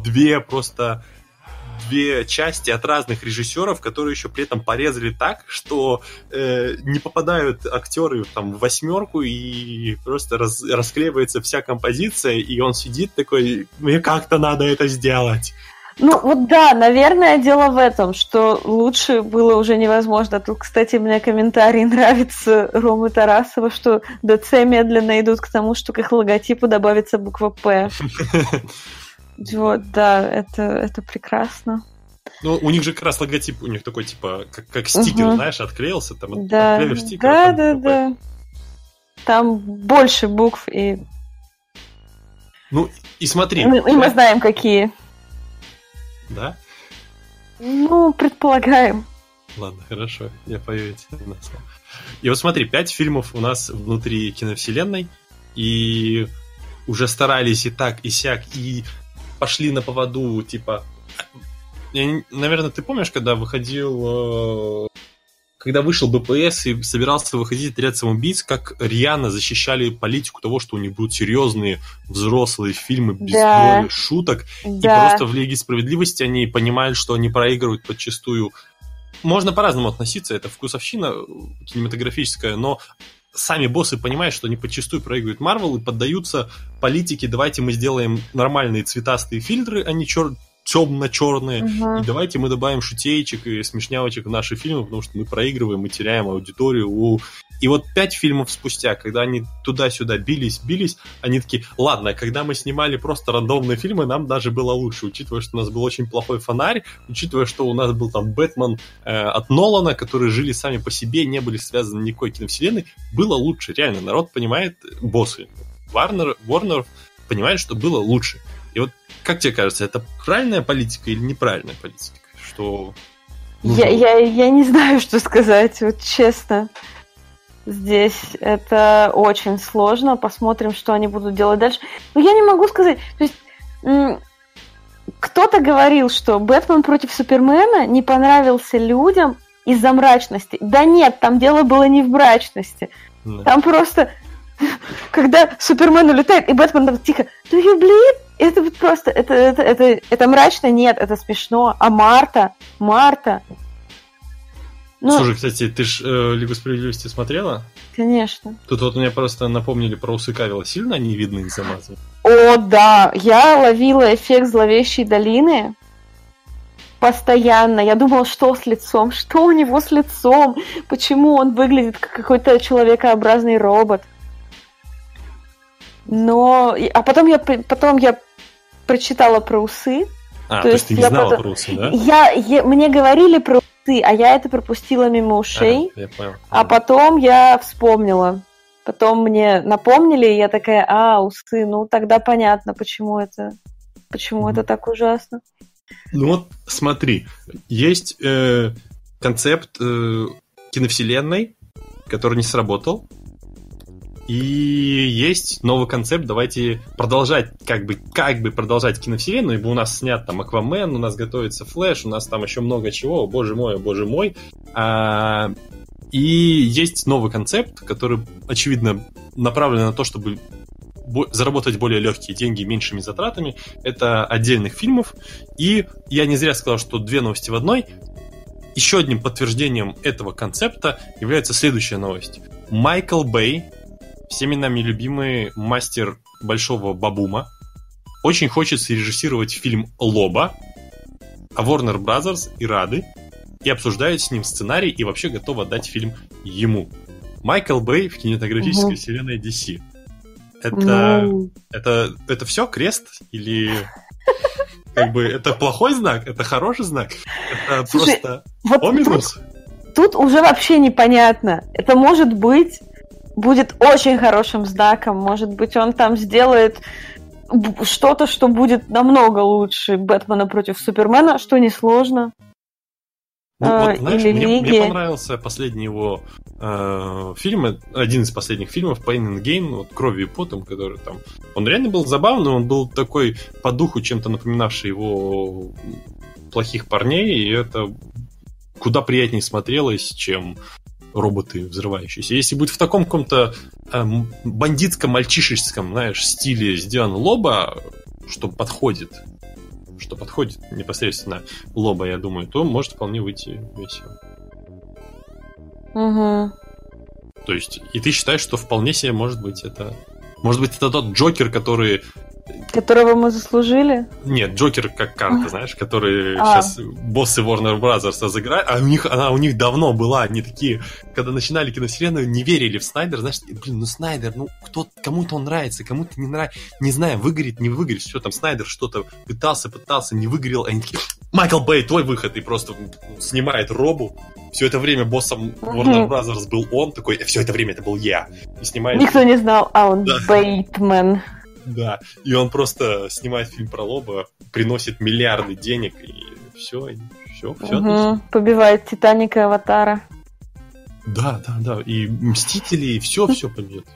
две части от разных режиссеров, которые еще при этом порезали так, что не попадают актеры там в 8, и просто расклеивается вся композиция, и он сидит такой, мне как-то надо это сделать. Ну, вот да, наверное, дело в этом, что лучше было уже невозможно. Тут, кстати, мне комментарий нравится Ромы Тарасова, что ДЦ медленно идут к тому, что к их логотипу добавится буква «П». Вот, да, это прекрасно. Ну, у них же как раз логотип, у них такой, типа, как стикер, знаешь, отклеился, там, отклеиваешь стикер. Да. Там больше букв и... Ну, и смотри. И мы знаем, какие. Да? Ну, предполагаем. Ладно, хорошо, я поверю тебе на слово. И вот смотри, 5 фильмов у нас внутри киновселенной, и уже старались и так, и сяк, и пошли на поводу, типа... Наверное, ты помнишь, когда вышел БПС и собирался выходить Отряд самоубийц, как рьяно защищали политику того, что у них будут серьезные взрослые фильмы без доли шуток, и просто в Лиге справедливости они понимают, что они проигрывают подчастую. Можно по-разному относиться, это вкусовщина кинематографическая, но сами боссы понимают, что они подчастую проигрывают Marvel и поддаются политике, давайте мы сделаем нормальные цветастые фильтры, а не темно-черные, и давайте мы добавим шутеечек и смешнявочек в наши фильмы, потому что мы проигрываем, мы теряем аудиторию. И вот 5 фильмов спустя, когда они туда-сюда бились, они такие, ладно, когда мы снимали просто рандомные фильмы, нам даже было лучше, учитывая, что у нас был очень плохой фонарь, учитывая, что у нас был там Бэтмен от Нолана, которые жили сами по себе, не были связаны никакой киновселенной, было лучше, реально, народ понимает, боссы Warner понимают, что было лучше. И вот, как тебе кажется, это правильная политика или неправильная политика? Что... Я не знаю, что сказать, вот честно. Здесь это очень сложно. Посмотрим, что они будут делать дальше. Но я не могу сказать... То есть, кто-то говорил, что Бэтмен против Супермена не понравился людям из-за мрачности. Да нет, там дело было не в мрачности. Да. Там просто... Когда Супермен улетает, и Бэтмен там тихо... Do you bleed? Это вот просто, это мрачно? Нет, это смешно. А Марта? Ну, Слушай, кстати, ты ж Лигу Справедливости смотрела? Конечно. Тут вот мне просто напомнили про усы Кавилла. Сильно они видны из замаза? О, да, я ловила эффект зловещей долины постоянно. Я думала, что с лицом, что у него с лицом, почему он выглядит как какой-то человекообразный робот. А потом я прочитала про усы. То есть ты не знала про усы, да? Мне говорили про усы, а я это пропустила мимо ушей. Я понял. А потом я вспомнила. Потом мне напомнили, и я такая, усы, ну тогда понятно, почему это так ужасно. Ну вот смотри, есть концепт киновселенной, который не сработал. И есть новый концепт, давайте продолжать, как бы продолжать киновселенную, ибо у нас снят там Аквамен, у нас готовится Флэш, у нас там еще много чего, боже мой. И есть новый концепт, который, очевидно, направлен на то, чтобы заработать более легкие деньги меньшими затратами. Это отдельных фильмов. И я не зря сказал, что две новости в одной. Еще одним подтверждением этого концепта является следующая новость. Майкл Бэй, всеми нами любимый мастер большого бабума, очень хочет срежиссировать фильм «Лоба», а Warner Brothers и рады, и обсуждают с ним сценарий, и вообще готовы отдать фильм ему. Майкл Бэй в кинематографической вселенной DC. Это все крест? Или как бы это плохой знак? Это хороший знак? Это просто оминус? Тут уже вообще непонятно. Это будет очень хорошим знаком. Может быть, он там сделает что-то, что будет намного лучше Бэтмена против Супермена, что несложно. Ну, знаешь, мне понравился последний его фильм, один из последних фильмов, Pain and Gain, вот «Кровью и потом», который там... Он реально был забавный, он был такой по духу чем-то напоминавший его «Плохих парней», и это куда приятнее смотрелось, чем роботы взрывающиеся. Если будет в таком каком-то бандитском, мальчишечском, знаешь, стиле сделан Лоба, что подходит непосредственно Лоба, я думаю, то может вполне выйти весело. Угу. То есть, и ты считаешь, что вполне себе может быть это тот Джокер, которого мы заслужили? Нет, Джокер как карта, знаешь, который сейчас боссы Warner Brothers разыграют, она у них давно была, они такие, когда начинали киновселенную, не верили в Снайдера, знаешь, Снайдер, кому-то он нравится, кому-то не нравится, не знаю, выгорит, не выгорит, все, там Снайдер что-то пытался, не выгорел, они такие, Майкл Бэй, твой выход, и просто снимает Робу, все это время боссом Warner Brothers был он, такой, все это время это был я, и снимает... Никто не знал, он Бейтмен. Да, и он просто снимает фильм про Лоба, приносит миллиарды денег, и все. Побивает Титаник и Аватара. Да, и Мстители, и все побьет.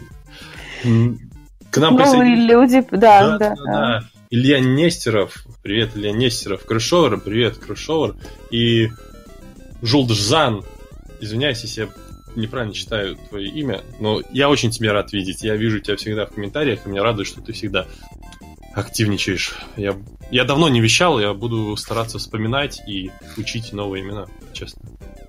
К нам новые люди, да. Илья Нестеров, привет, Илья Нестеров, Крышовер, привет, Крышовер, и Жулджзан, извиняюсь, если я неправильно читаю твое имя, но я очень тебя рад видеть. Я вижу тебя всегда в комментариях, и меня радует, что ты всегда активничаешь. Я давно не вещал, я буду стараться вспоминать и учить новые имена, честно.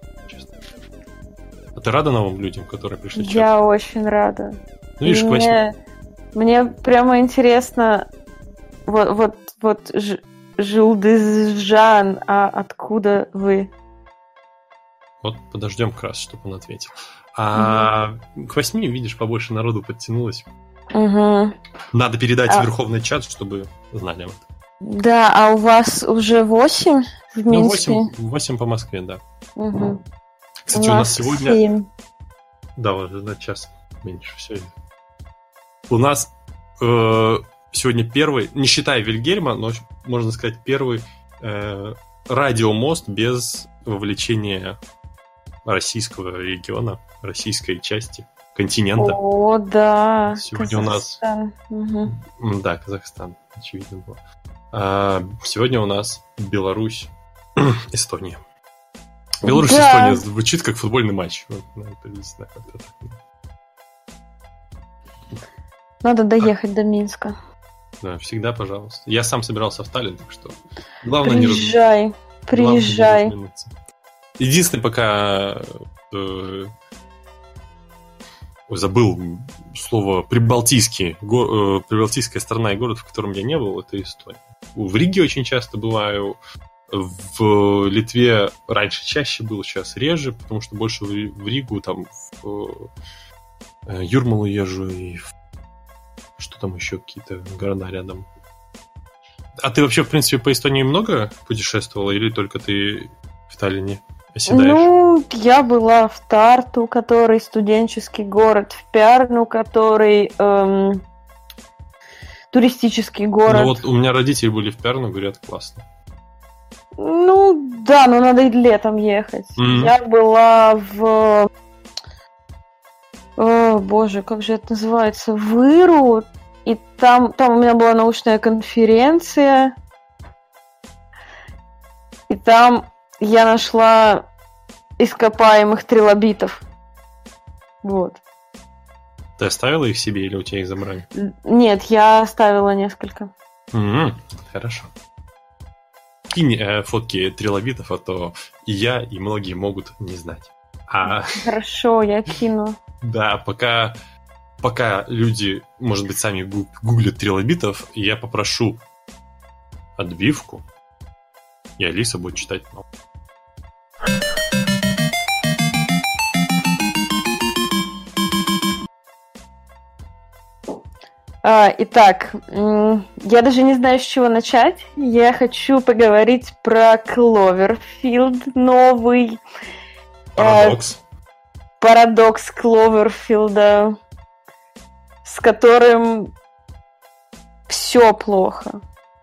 А ты рада новым людям, которые пришли в чат? Я очень рада. Ну, видишь, мне прямо интересно, вот Жулдызжан, а откуда вы? Вот подождем как раз, чтобы он ответил. А к 8, видишь, побольше народу подтянулось. Надо передать в верховный чат, чтобы знали об этом. Да, а у вас уже 8 в Минске? 8 по Москве, да. Кстати, у нас сегодня... 7. Да, вот на час меньше все. У нас сегодня первый, не считая Вильгельма, но, можно сказать, первый радиомост без вовлечения российского региона, российской части, континента. О, да. Сегодня Казахстан. у нас... Да, Казахстан, очевидно было. Сегодня у нас Беларусь, Эстония. Беларусь-Эстония звучит как футбольный матч. Надо доехать до Минска. Да, всегда, пожалуйста. Я сам собирался в Таллин, так что... Главное не приезжай. разминуться. Единственное, пока... забыл слово прибалтийская страна и город, в котором я не был, это Эстония. В Риге очень часто бываю, в Литве раньше чаще был, сейчас реже, потому что больше в Ригу, там, в Юрмалу езжу и что там еще, какие-то города рядом. А ты вообще, в принципе, по Эстонии много путешествовала или только ты в Таллине оседаешь? Ну, я была в Тарту, который студенческий город, в Пярну, который туристический город. Ну вот у меня родители были в Пярну, говорят, классно. Ну, да, но надо и летом ехать. Mm-hmm. Я была в... боже, как же это называется? В Иру. И там у меня была научная конференция. И там я нашла ископаемых трилобитов. Вот. Ты оставила их себе или у тебя их забрали? Нет, я оставила несколько. Хорошо. Кинь фотки трилобитов, а то и я, и многие могут не знать. Хорошо, я кину. Да, пока люди, может быть, сами гуглят трилобитов, я попрошу отбивку, и Алиса будет читать новость. Итак, я даже не знаю, с чего начать. Я хочу поговорить про Кловерфилд новый. Парадокс Кловерфилда, с которым все плохо.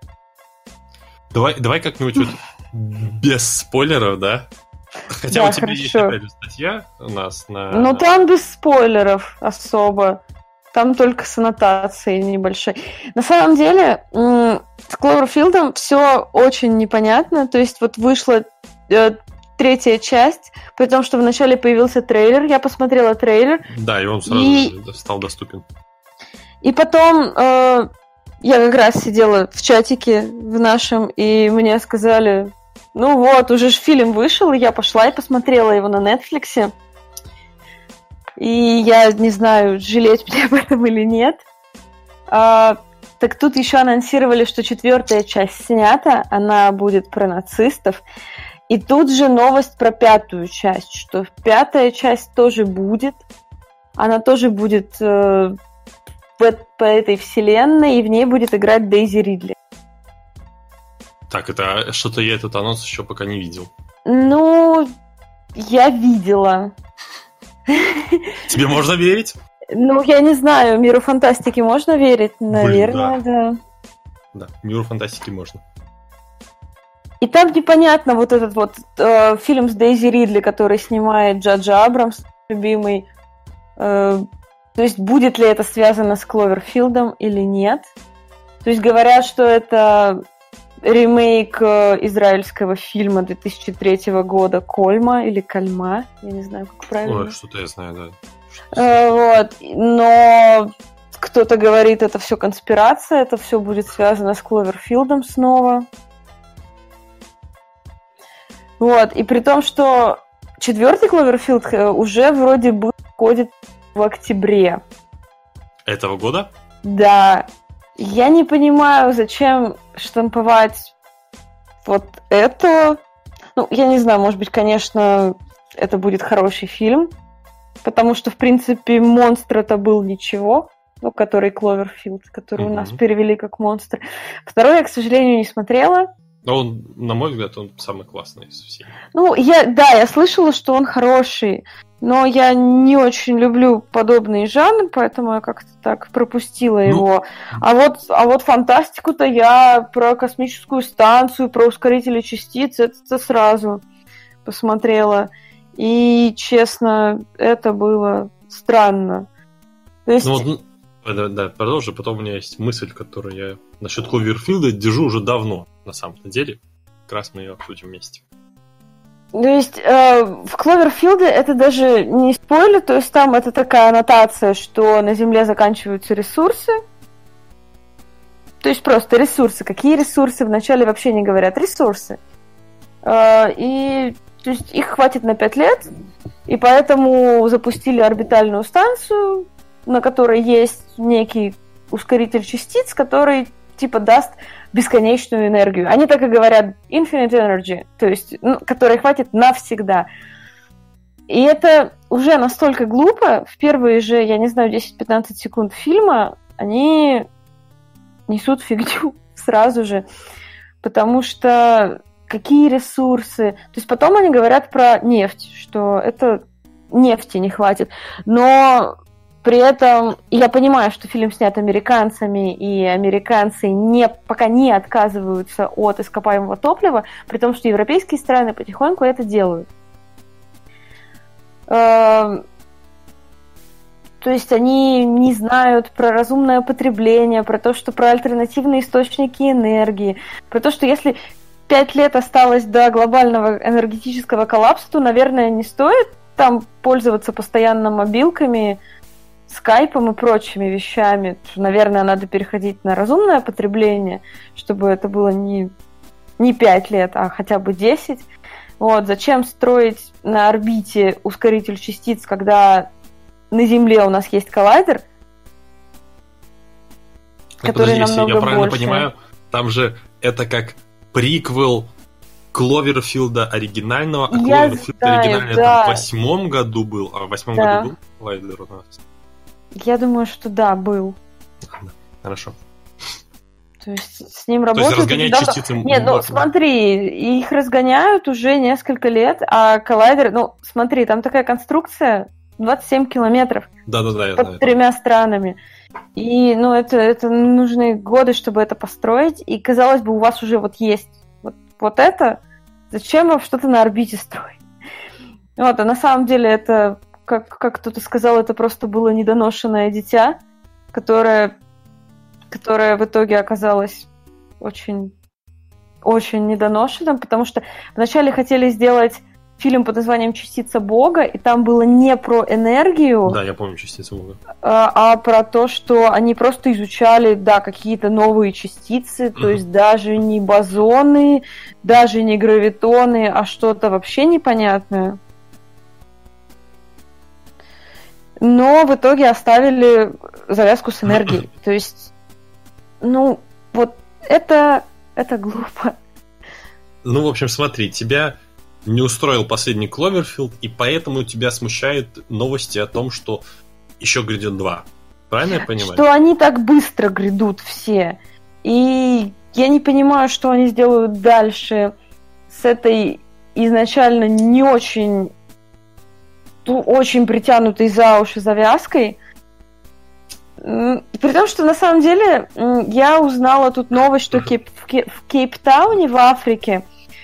Давай как-нибудь вот без спойлеров, да? Хотя да, у тебя хорошо. есть опять же статья у нас на... Ну, там без спойлеров особо. Там только с аннотацией небольшой. На самом деле, с Кловерфилдом все очень непонятно. То есть вот вышла третья часть, при том, что вначале появился трейлер. Я посмотрела трейлер. Да, и он сразу же стал доступен. И потом я как раз сидела в чатике в нашем, и мне сказали, ну вот, уже ж фильм вышел, и я пошла и посмотрела его на Netflix. И я не знаю, жалеть мне об этом или нет. Так тут еще анонсировали, что 4-я часть снята, она будет про нацистов. И тут же новость про 5-ю часть, что 5-я часть тоже будет. Она тоже будет по этой вселенной, и в ней будет играть Дейзи Ридли. Так, это что-то я этот анонс еще пока не видел. Ну, я видела. Тебе можно верить? Ну, я не знаю, миру фантастики можно верить? Наверное, да. Да, миру фантастики можно. И там непонятно вот этот вот фильм с Дейзи Ридли, который снимает Джадж Абрамс, любимый. То есть будет ли это связано с Кловерфилдом или нет? То есть говорят, что это ремейк израильского фильма 2003 года «Кольма» или «Кальма», я не знаю, как правильно. Ой, что-то я знаю, да. Вот, но кто-то говорит, это все конспирация, это все будет связано с Кловерфилдом снова. Вот, и при том, что 4-й Кловерфилд уже вроде бы входит в октябре. Этого года? Да. Я не понимаю, зачем штамповать вот это. Ну, я не знаю, может быть, конечно, это будет хороший фильм, потому что, в принципе, «Монстр» это был ничего, ну, который Кловерфилд, который у нас перевели как «Монстр». Второй я, к сожалению, не смотрела. Но он, на мой взгляд, он самый классный из всех. Ну, я слышала, что он хороший, но я не очень люблю подобные жанры, поэтому я как-то так пропустила его. А вот фантастику-то я про космическую станцию, про ускорители частиц, это сразу посмотрела. И, честно, это было странно. То есть... Да, продолжи. Потом у меня есть мысль, которую я насчет Кловерфилда держу уже давно, на самом-то деле. Как раз мы ее обсудим вместе. То есть в Кловерфилде это даже не спойлер, то есть там это такая аннотация, что на Земле заканчиваются ресурсы. То То есть просто ресурсы. Какие ресурсы? Вначале вообще не говорят. Ресурсы. И то есть их хватит на 5 лет, и поэтому запустили орбитальную станцию, на которой есть некий ускоритель частиц, который типа даст бесконечную энергию. Они так и говорят infinite energy, то есть которой хватит навсегда. И это уже настолько глупо. В первые же, я не знаю, 10-15 секунд фильма они несут фигню сразу же, потому что какие ресурсы. То есть потом они говорят про нефть, что это нефти не хватит. Но при этом я понимаю, что фильм снят американцами, и американцы пока не отказываются от ископаемого топлива, при том, что европейские страны потихоньку это делают. То есть они не знают про разумное потребление, про то, что про альтернативные источники энергии, про то, что если 5 лет осталось до глобального энергетического коллапса, то, наверное, не стоит там пользоваться постоянно мобилками, скайпом и прочими вещами. Наверное, надо переходить на разумное потребление, чтобы это было не 5 лет, а хотя бы 10. Вот. Зачем строить на орбите ускоритель частиц, когда на Земле у нас есть коллайдер, который намного больше. Я правильно понимаю, там же это как приквел Кловерфилда оригинального, а Кловерфилд оригинальный это в 8 году был, а в 8 году был коллайдер у нас? Я думаю, что да, был. Хорошо. То есть с ним работают... То есть разгонять частицы... Нет, ну смотри, их разгоняют уже несколько лет, а коллайдер... Ну, смотри, там такая конструкция 27 километров. Да-да-да, я под 3 странами. И, ну, это нужны годы, чтобы это построить. И, казалось бы, у вас уже вот есть вот это. Зачем вам что-то на орбите строить? Вот, а на самом деле это, как кто-то сказал, это просто было недоношенное дитя, которое в итоге оказалось очень, очень недоношенным, потому что вначале хотели сделать фильм под названием «Частица Бога», и там было не про энергию, да, я помню «Частица Бога», а про то, что они просто изучали, да, какие-то новые частицы, то есть даже не бозоны, даже не гравитоны, а что-то вообще непонятное. Но в итоге оставили завязку с энергией. То есть, ну, вот это глупо. Ну, в общем, смотри, тебя не устроил последний Кловерфилд, и поэтому тебя смущают новости о том, что еще грядет 2. Правильно я понимаю? Что они так быстро грядут все. И я не понимаю, что они сделают дальше с этой изначально не очень притянутой за уши завязкой. При том, что на самом деле я узнала тут новость, что в Кейптауне в Африке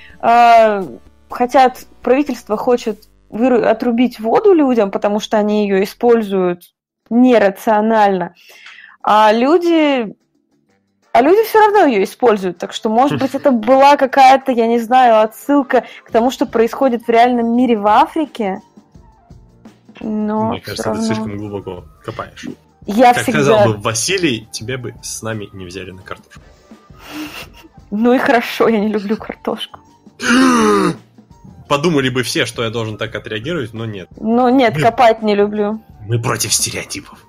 правительство хочет отрубить воду людям, потому что они ее используют нерационально, а люди все равно ее используют. Так что, может быть, это была какая-то, я не знаю, отсылка к тому, что происходит в реальном мире в Африке. Но мне кажется, ты слишком глубоко копаешь. Как сказал бы Василий, тебя бы с нами не взяли на картошку. Ну и хорошо, я не люблю картошку. Подумали бы все, что я должен так отреагировать, но нет. Ну нет, копать не люблю. Мы против стереотипов.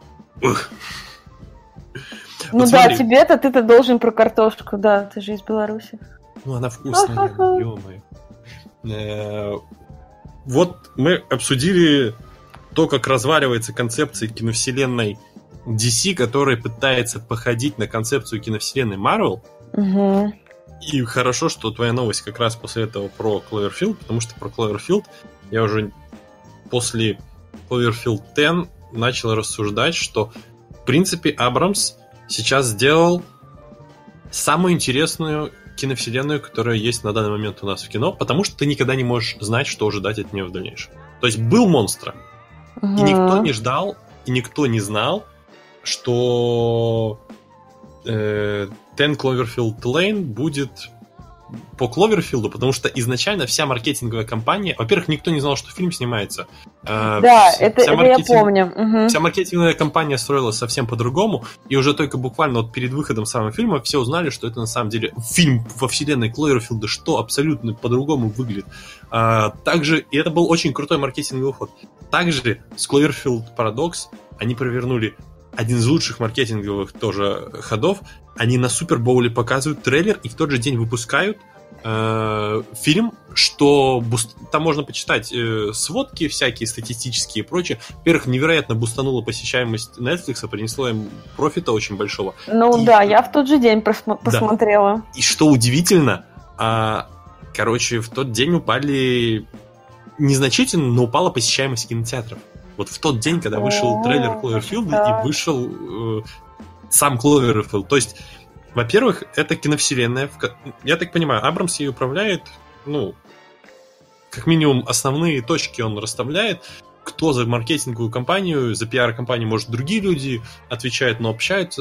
Ну вот да, смотри. Тебе-то ты-то должен про картошку, да, ты же из Беларуси. Ну она вкусная, ё-моё. Вот мы обсудили то, как разваливается концепция киновселенной DC, которая пытается походить на концепцию киновселенной Marvel. Угу. И хорошо, что твоя новость как раз после этого про Cloverfield, потому что про Cloverfield я уже после Cloverfield 10 начал рассуждать, что в принципе Абрамс сейчас сделал самую интересную киновселенную, которая есть на данный момент у нас в кино, потому что ты никогда не можешь знать, что ожидать от нее в дальнейшем. То есть был монстр, и никто не ждал, и никто не знал, что 10 Cloverfield Lane будет по Кловерфилду, потому что изначально вся маркетинговая кампания, во-первых, никто не знал, что фильм снимается. Да, это я помню. Угу. Вся маркетинговая кампания строилась совсем по-другому, и уже только буквально вот перед выходом самого фильма все узнали, что это на самом деле фильм во вселенной Кловерфилда, что абсолютно по-другому выглядит. Также, и это был очень крутой маркетинговый ход. Также с Cloverfield Paradox они провернули один из лучших маркетинговых тоже ходов. Они на Супербоуле показывают трейлер и в тот же день выпускают фильм, что там можно почитать сводки всякие, статистические и прочее. Во-первых, невероятно бустануло посещаемость Netflix, принесло им профита очень большого. Ну да, я в тот же день посмотрела. Да. И что удивительно, в тот день упали незначительно, но упала посещаемость кинотеатров. Вот в тот день, когда вышел трейлер Кловерфилда и вышел сам Кловерфилд. То есть, во-первых, это киновселенная. Я так понимаю, Абрамс ее управляет, как минимум основные точки он расставляет. Кто за маркетинговую кампанию, за пиар-компанию, может, другие люди отвечают, но общаются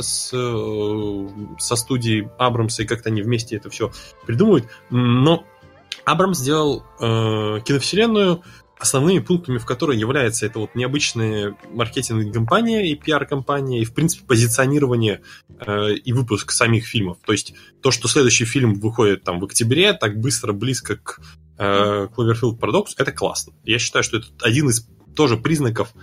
со студией Абрамса, и как-то они вместе это все придумывают. Но Абрамс сделал киновселенную, основными пунктами в которой является это вот необычная маркетинговая кампания и пиар-компания, и, в принципе, позиционирование и выпуск самих фильмов. То есть то, что следующий фильм выходит там в октябре, так быстро, близко к Cloverfield Paradox, это классно. Я считаю, что это один из тоже признаков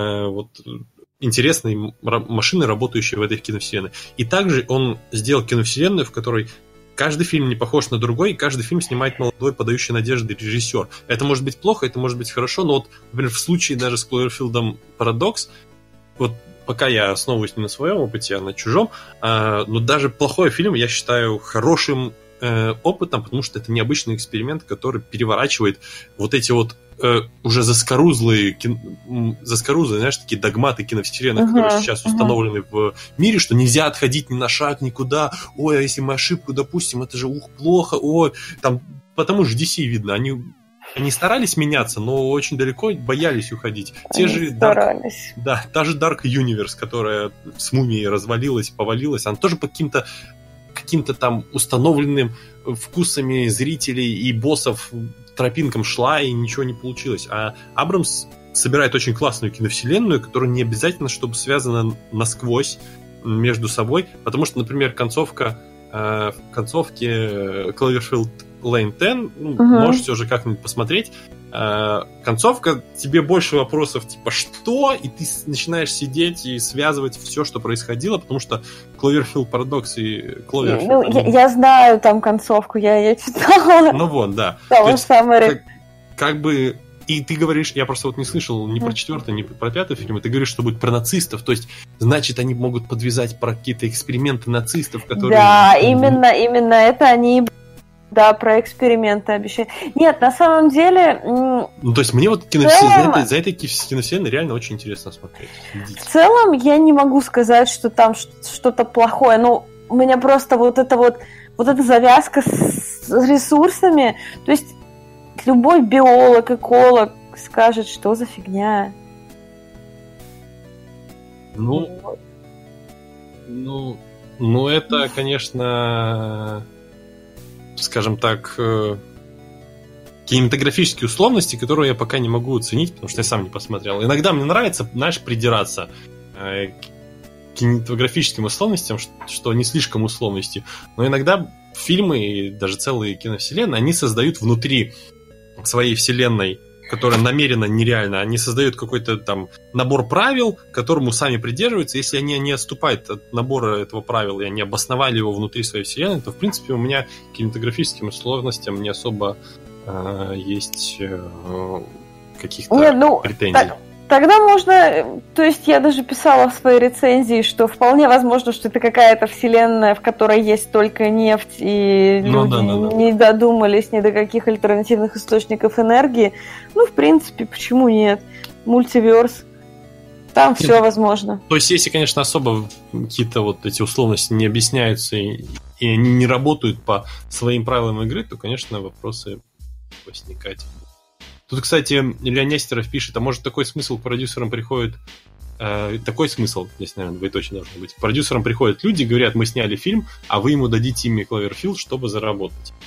интересной машины, работающей в этой киновселенной. И также он сделал киновселенную, в которой каждый фильм не похож на другой, и каждый фильм снимает молодой, подающий надежды режиссер. Это может быть плохо, это может быть хорошо, но вот, например, в случае даже с Cloverfield Paradox, вот пока я основываюсь не на своем опыте, а на чужом, но даже плохой фильм я считаю хорошим опытом, потому что это необычный эксперимент, который переворачивает вот эти вот уже заскорузлые, знаешь, такие догматы киновселенной, которые сейчас установлены в мире, что нельзя отходить ни на шаг, никуда. Ой, а если мы ошибку допустим, это же плохо. Ой, там, потому что DC видно, они старались меняться, но очень далеко боялись уходить. Те же старались. Да, та же Dark Universe, которая с Мумией развалилась, повалилась, она тоже по каким-то там установленным вкусами зрителей и боссов тропинкам шла, и ничего не получилось. А Абрамс собирает очень классную киновселенную, которая не обязательно, чтобы связана насквозь между собой, потому что, например, в концовке Cloverfield Lane 10, можешь все же как-нибудь посмотреть, концовка, тебе больше вопросов типа что, и ты начинаешь сидеть и связывать все, что происходило, потому что Cloverfield Paradox и Cloverfield... я знаю там концовку, я читала. Ну вот, да. Как бы... И ты говоришь, я просто вот не слышал ни про 4-й, ни про 5-й фильм, ты говоришь, что будет про нацистов, то есть, значит, они могут подвязать про какие-то эксперименты нацистов, которые... Да, именно это они... Да, про эксперименты обещают. Нет, на самом деле... Ну, то есть мне вот за этой киновселенной реально очень интересно смотреть. В целом я не могу сказать, что там что-то плохое. Ну, у меня просто вот эта завязка с ресурсами. То есть любой биолог, эколог скажет, что за фигня. Ну, это, конечно... скажем так, кинематографические условности, которые я пока не могу оценить, потому что я сам не посмотрел. Иногда мне нравится, знаешь, придираться к кинематографическим условностям, что не слишком условности, но иногда фильмы и даже целые киновселенные, они создают внутри своей вселенной, которая намеренно нереальна, они создают какой-то там набор правил, которому сами придерживаются. Если они не отступают от набора этого правила, и они обосновали его внутри своей вселенной, то, в принципе, у меня к кинематографическим условностям не особо есть каких-то претензий. Тогда можно... То есть я даже писала в своей рецензии, что вполне возможно, что это какая-то вселенная, в которой есть только нефть, и люди не додумались ни до каких альтернативных источников энергии. Ну, в принципе, почему нет? Мультиверс. Там все возможно. То есть, если, конечно, особо какие-то вот эти условности не объясняются и они не работают по своим правилам игры, то, конечно, вопросы возникать. Тут, кстати, Илья Нестеров пишет, а может такой смысл к продюсерам приходит... такой смысл, здесь, наверное, двоеточие должно быть. К продюсерам приходят люди, говорят, мы сняли фильм, а вы ему дадите имя Cloverfield, чтобы заработать.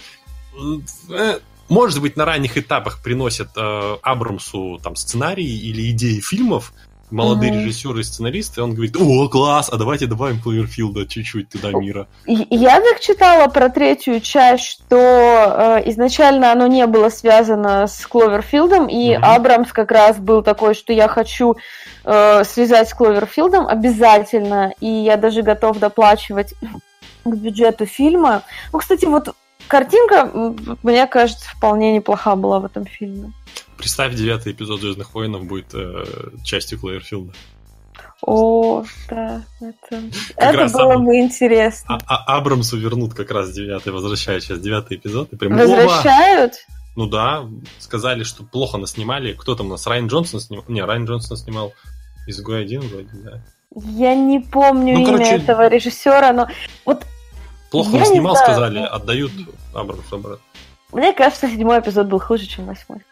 может быть, на ранних этапах приносят Абрамсу там сценарии или идеи фильмов, молодые режиссеры и сценаристы, он говорит: о, класс, а давайте добавим Кловерфилда чуть-чуть туда мира. Я так читала про третью часть, что изначально оно не было связано с Кловерфилдом, и Абрамс как раз был такой, что я хочу связать с Кловерфилдом обязательно, и я даже готов доплачивать к бюджету фильма. Ну, кстати, вот картинка, мне кажется, вполне неплоха была в этом фильме. Представь, 9-й эпизод «Звездных войнов» будет частью Кловерфилда. О, да, это было бы интересно. Абрамсу вернут как раз 9-й, возвращают сейчас 9-й эпизод. И прям, возвращают? Ну да, сказали, что плохо наснимали. Кто там у нас? Райан Джонсон снимал? Не, Райан Джонсон снимал «Изгой 1» вроде, да. Я не помню имя этого режиссера, но вот плохо наснимал, сказали, отдают Абрамсу обратно. Мне кажется, 7-й эпизод был хуже, чем 8-й.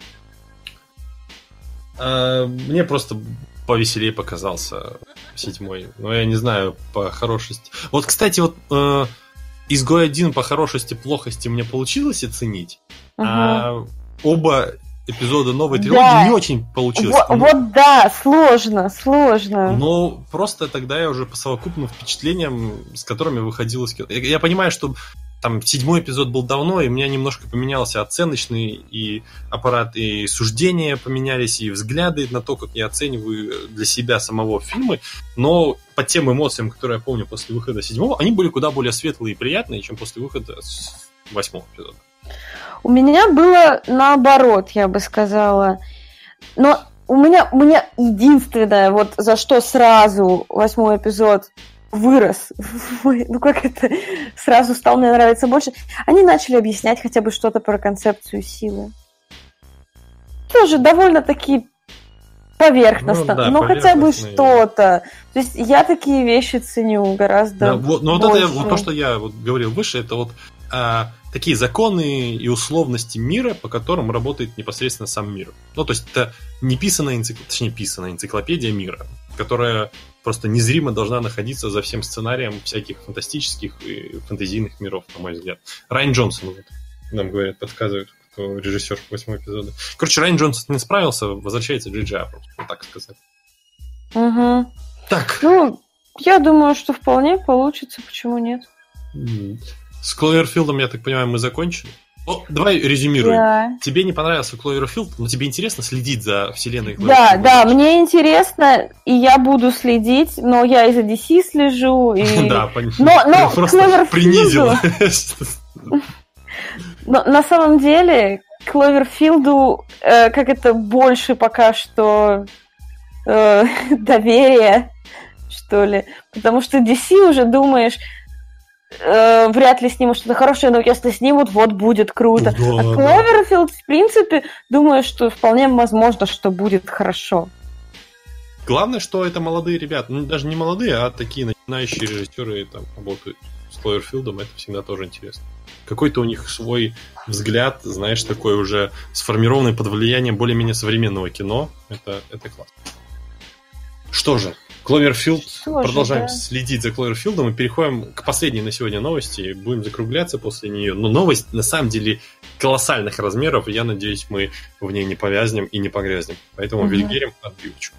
Мне просто повеселее показался 7-й. Но я не знаю, по хорошести. Вот, кстати, вот «Изгой 1» по хорошести, плохости мне получилось оценить, а оба эпизода новой трилогии не очень получилось. Вот да, сложно. Но просто тогда я уже по совокупным впечатлениям, с которыми выходил из кино. Я понимаю, что там 7-й эпизод был давно, и у меня немножко поменялся оценочный и аппарат, и суждения поменялись, и взгляды на то, как я оцениваю для себя самого фильма. Но по тем эмоциям, которые я помню после выхода 7-го, они были куда более светлые и приятные, чем после выхода 8-го эпизода. У меня было наоборот, я бы сказала. Но у меня единственное, вот за что сразу 8-й эпизод вырос, ну как это, сразу стал мне нравиться больше. Они начали объяснять хотя бы что-то про концепцию силы. Тоже довольно-таки поверхностно, но хотя бы что-то. То есть я такие вещи ценю гораздо больше. Вот то, что я говорил выше, это вот такие законы и условности мира, по которым работает непосредственно сам мир. Ну, то есть это не писанная энциклопедия мира, которая просто незримо должна находиться за всем сценарием всяких фантастических и фэнтезийных миров, на мой взгляд. Райан Джонсон, вот, нам говорят, подсказывают, кто режиссер 8-го эпизода. Короче, Райан Джонсон не справился, возвращается Джей Джей Абрамс, вот так сказать. Угу. Так. Ну, я думаю, что вполне получится, почему нет? С Кловерфилдом, я так понимаю, мы закончили. Ну, давай резюмируем. Да. Тебе не понравился Кловерфилд, но тебе интересно следить за вселенной Кловерфилда? Да, мне интересно, и я буду следить, но я и за DC слежу. Да, понятно. Но просто принизила. Но на самом деле Кловерфилду как это больше пока что доверия, что ли. Потому что DC уже думаешь, вряд ли снимут что-то хорошее, но если снимут, вот будет круто. Да, а Кловерфилд, в принципе, думаю, что вполне возможно, что будет хорошо. Главное, что это молодые ребята. Ну, даже не молодые, а такие начинающие режиссеры там работают с Кловерфилдом. Это всегда тоже интересно. Какой-то у них свой взгляд, знаешь, такой уже сформированный под влиянием более-менее современного кино. Это классно. Что же, Кловерфилд, продолжаем следить за Кловерфилдом и переходим к последней на сегодня новости. Будем закругляться после нее. Но новость, на самом деле, колоссальных размеров, и я надеюсь, мы в ней не повязнем и не погрязнем. Поэтому Вильгельм, отбивочку.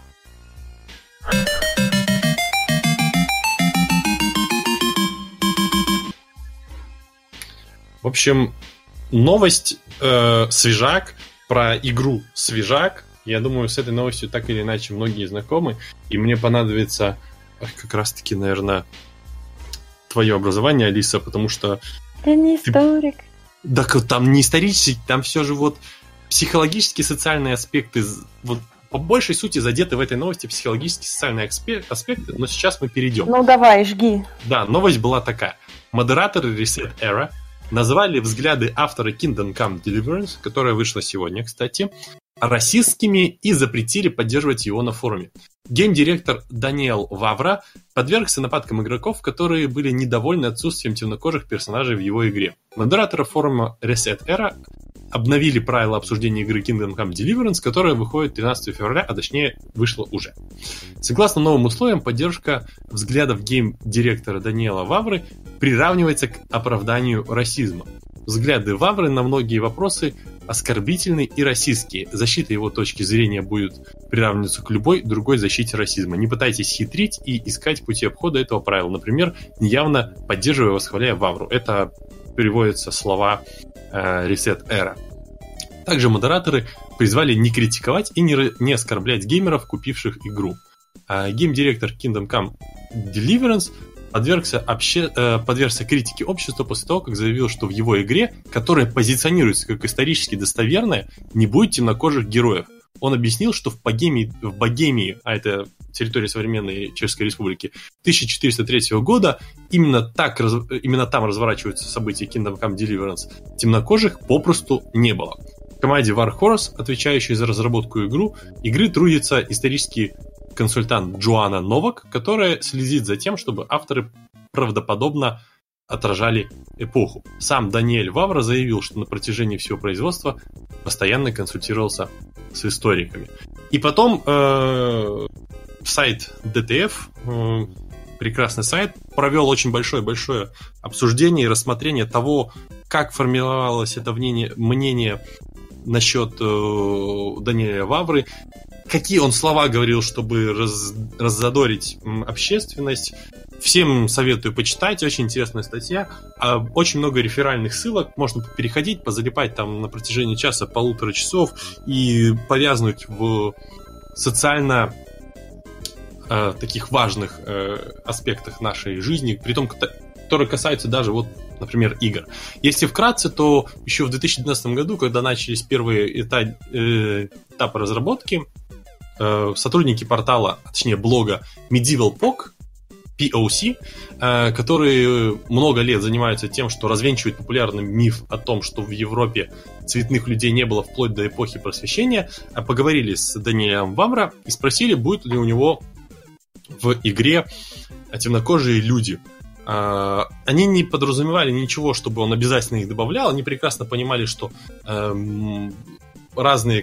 В общем, новость свежак про игру свежак. Я думаю, с этой новостью так или иначе многие знакомы. И мне понадобится как раз-таки, наверное, твое образование, Алиса, потому что... Я не историк. Да, там не исторический, там все же вот психологические, социальные аспекты, вот по большей сути задеты в этой новости психологические, социальные аспекты, но сейчас мы перейдем. Ну давай, жги. Да, новость была такая. Модераторы Reset Era назвали взгляды автора Kingdom Come Deliverance, которая вышла сегодня, кстати, расистскими и запретили поддерживать его на форуме. Гейм-директор Даниэл Вавра подвергся нападкам игроков, которые были недовольны отсутствием темнокожих персонажей в его игре. Модераторы форума Reset Era обновили правила обсуждения игры Kingdom Come Deliverance, которая выходит 13 февраля, а точнее вышла уже. Согласно новым условиям, поддержка взглядов гейм-директора Даниэла Вавры приравнивается к оправданию расизма. взгляды Вавры на многие вопросы оскорбительны и расистские. Защита его точки зрения будет приравниваться к любой другой защите расизма. Не пытайтесь хитрить и искать пути обхода этого правила. Например, неявно поддерживая и восхваляя Вавру. Это переводятся слова Reset Era. Также модераторы призвали не критиковать и не оскорблять геймеров, купивших игру. Гейм-директор Kingdom Come Deliverance подвергся критике общества после того, как заявил, что в его игре, которая позиционируется как исторически достоверная, не будет темнокожих героев. Он объяснил, что в Богемии, а это территория современной Чешской Республики, 1403 года, именно там разворачиваются события Kingdom Come Deliverance, темнокожих попросту не было. В команде Warhorse, отвечающей за разработку игры трудится исторический консультант Джоанна Новак, которая следит за тем, чтобы авторы правдоподобно отражали эпоху. Сам Даниэль Вавра заявил, что на протяжении всего производства постоянно консультировался с историками. И потом сайт DTF, прекрасный сайт, провел очень большое обсуждение и рассмотрение того, как формировалось это мнение насчет Даниэля Вавры, какие он слова говорил, чтобы раззадорить общественность. Всем советую почитать, очень интересная статья. Очень много реферальных ссылок, можно переходить, позалипать там на протяжении часа-полутора часов и повязнуть в социально таких важных аспектах нашей жизни, при том, которые касаются даже, вот, например, игр. Если вкратце, то еще в 2012 году, когда начались первые этапы разработки, сотрудники портала, точнее блога Medieval POC, которые много лет занимаются тем, что развенчивают популярный миф о том, что в Европе цветных людей не было вплоть до эпохи Просвещения, поговорили с Даниэлем Вавра и спросили, будет ли у него в игре темнокожие люди. Они не подразумевали ничего, чтобы он обязательно их добавлял, они прекрасно понимали, что разные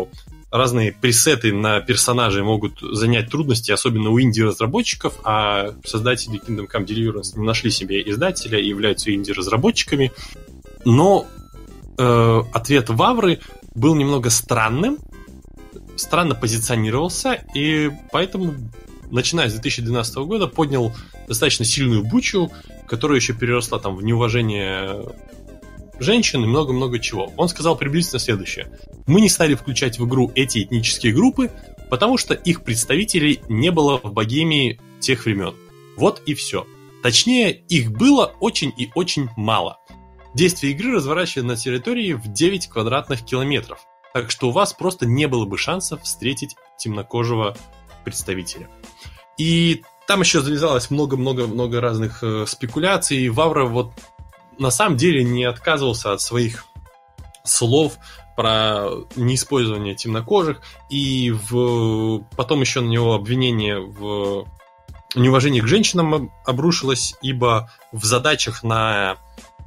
пресеты на персонажей могут занять трудности, особенно у инди-разработчиков, а создатели Kingdom Come Deliverance не нашли себе издателя и являются инди-разработчиками. Но ответ Вавры был немного странным, странно позиционировался, и поэтому, начиная с 2012 года, поднял достаточно сильную бучу, которая еще переросла там в неуважение женщин и много-много чего. Он сказал приблизительно следующее. Мы не стали включать в игру эти этнические группы, потому что их представителей не было в Богемии тех времен. Вот и все. Точнее, их было очень и очень мало. Действие игры разворачивается на территории в 9 квадратных километров, так что у вас просто не было бы шансов встретить темнокожего представителя. И там еще завязалось много-много-много разных спекуляций, и Вавра вот на самом деле не отказывался от своих слов про неиспользование темнокожих, и потом еще на него обвинение в неуважении к женщинам обрушилось, ибо в задачах на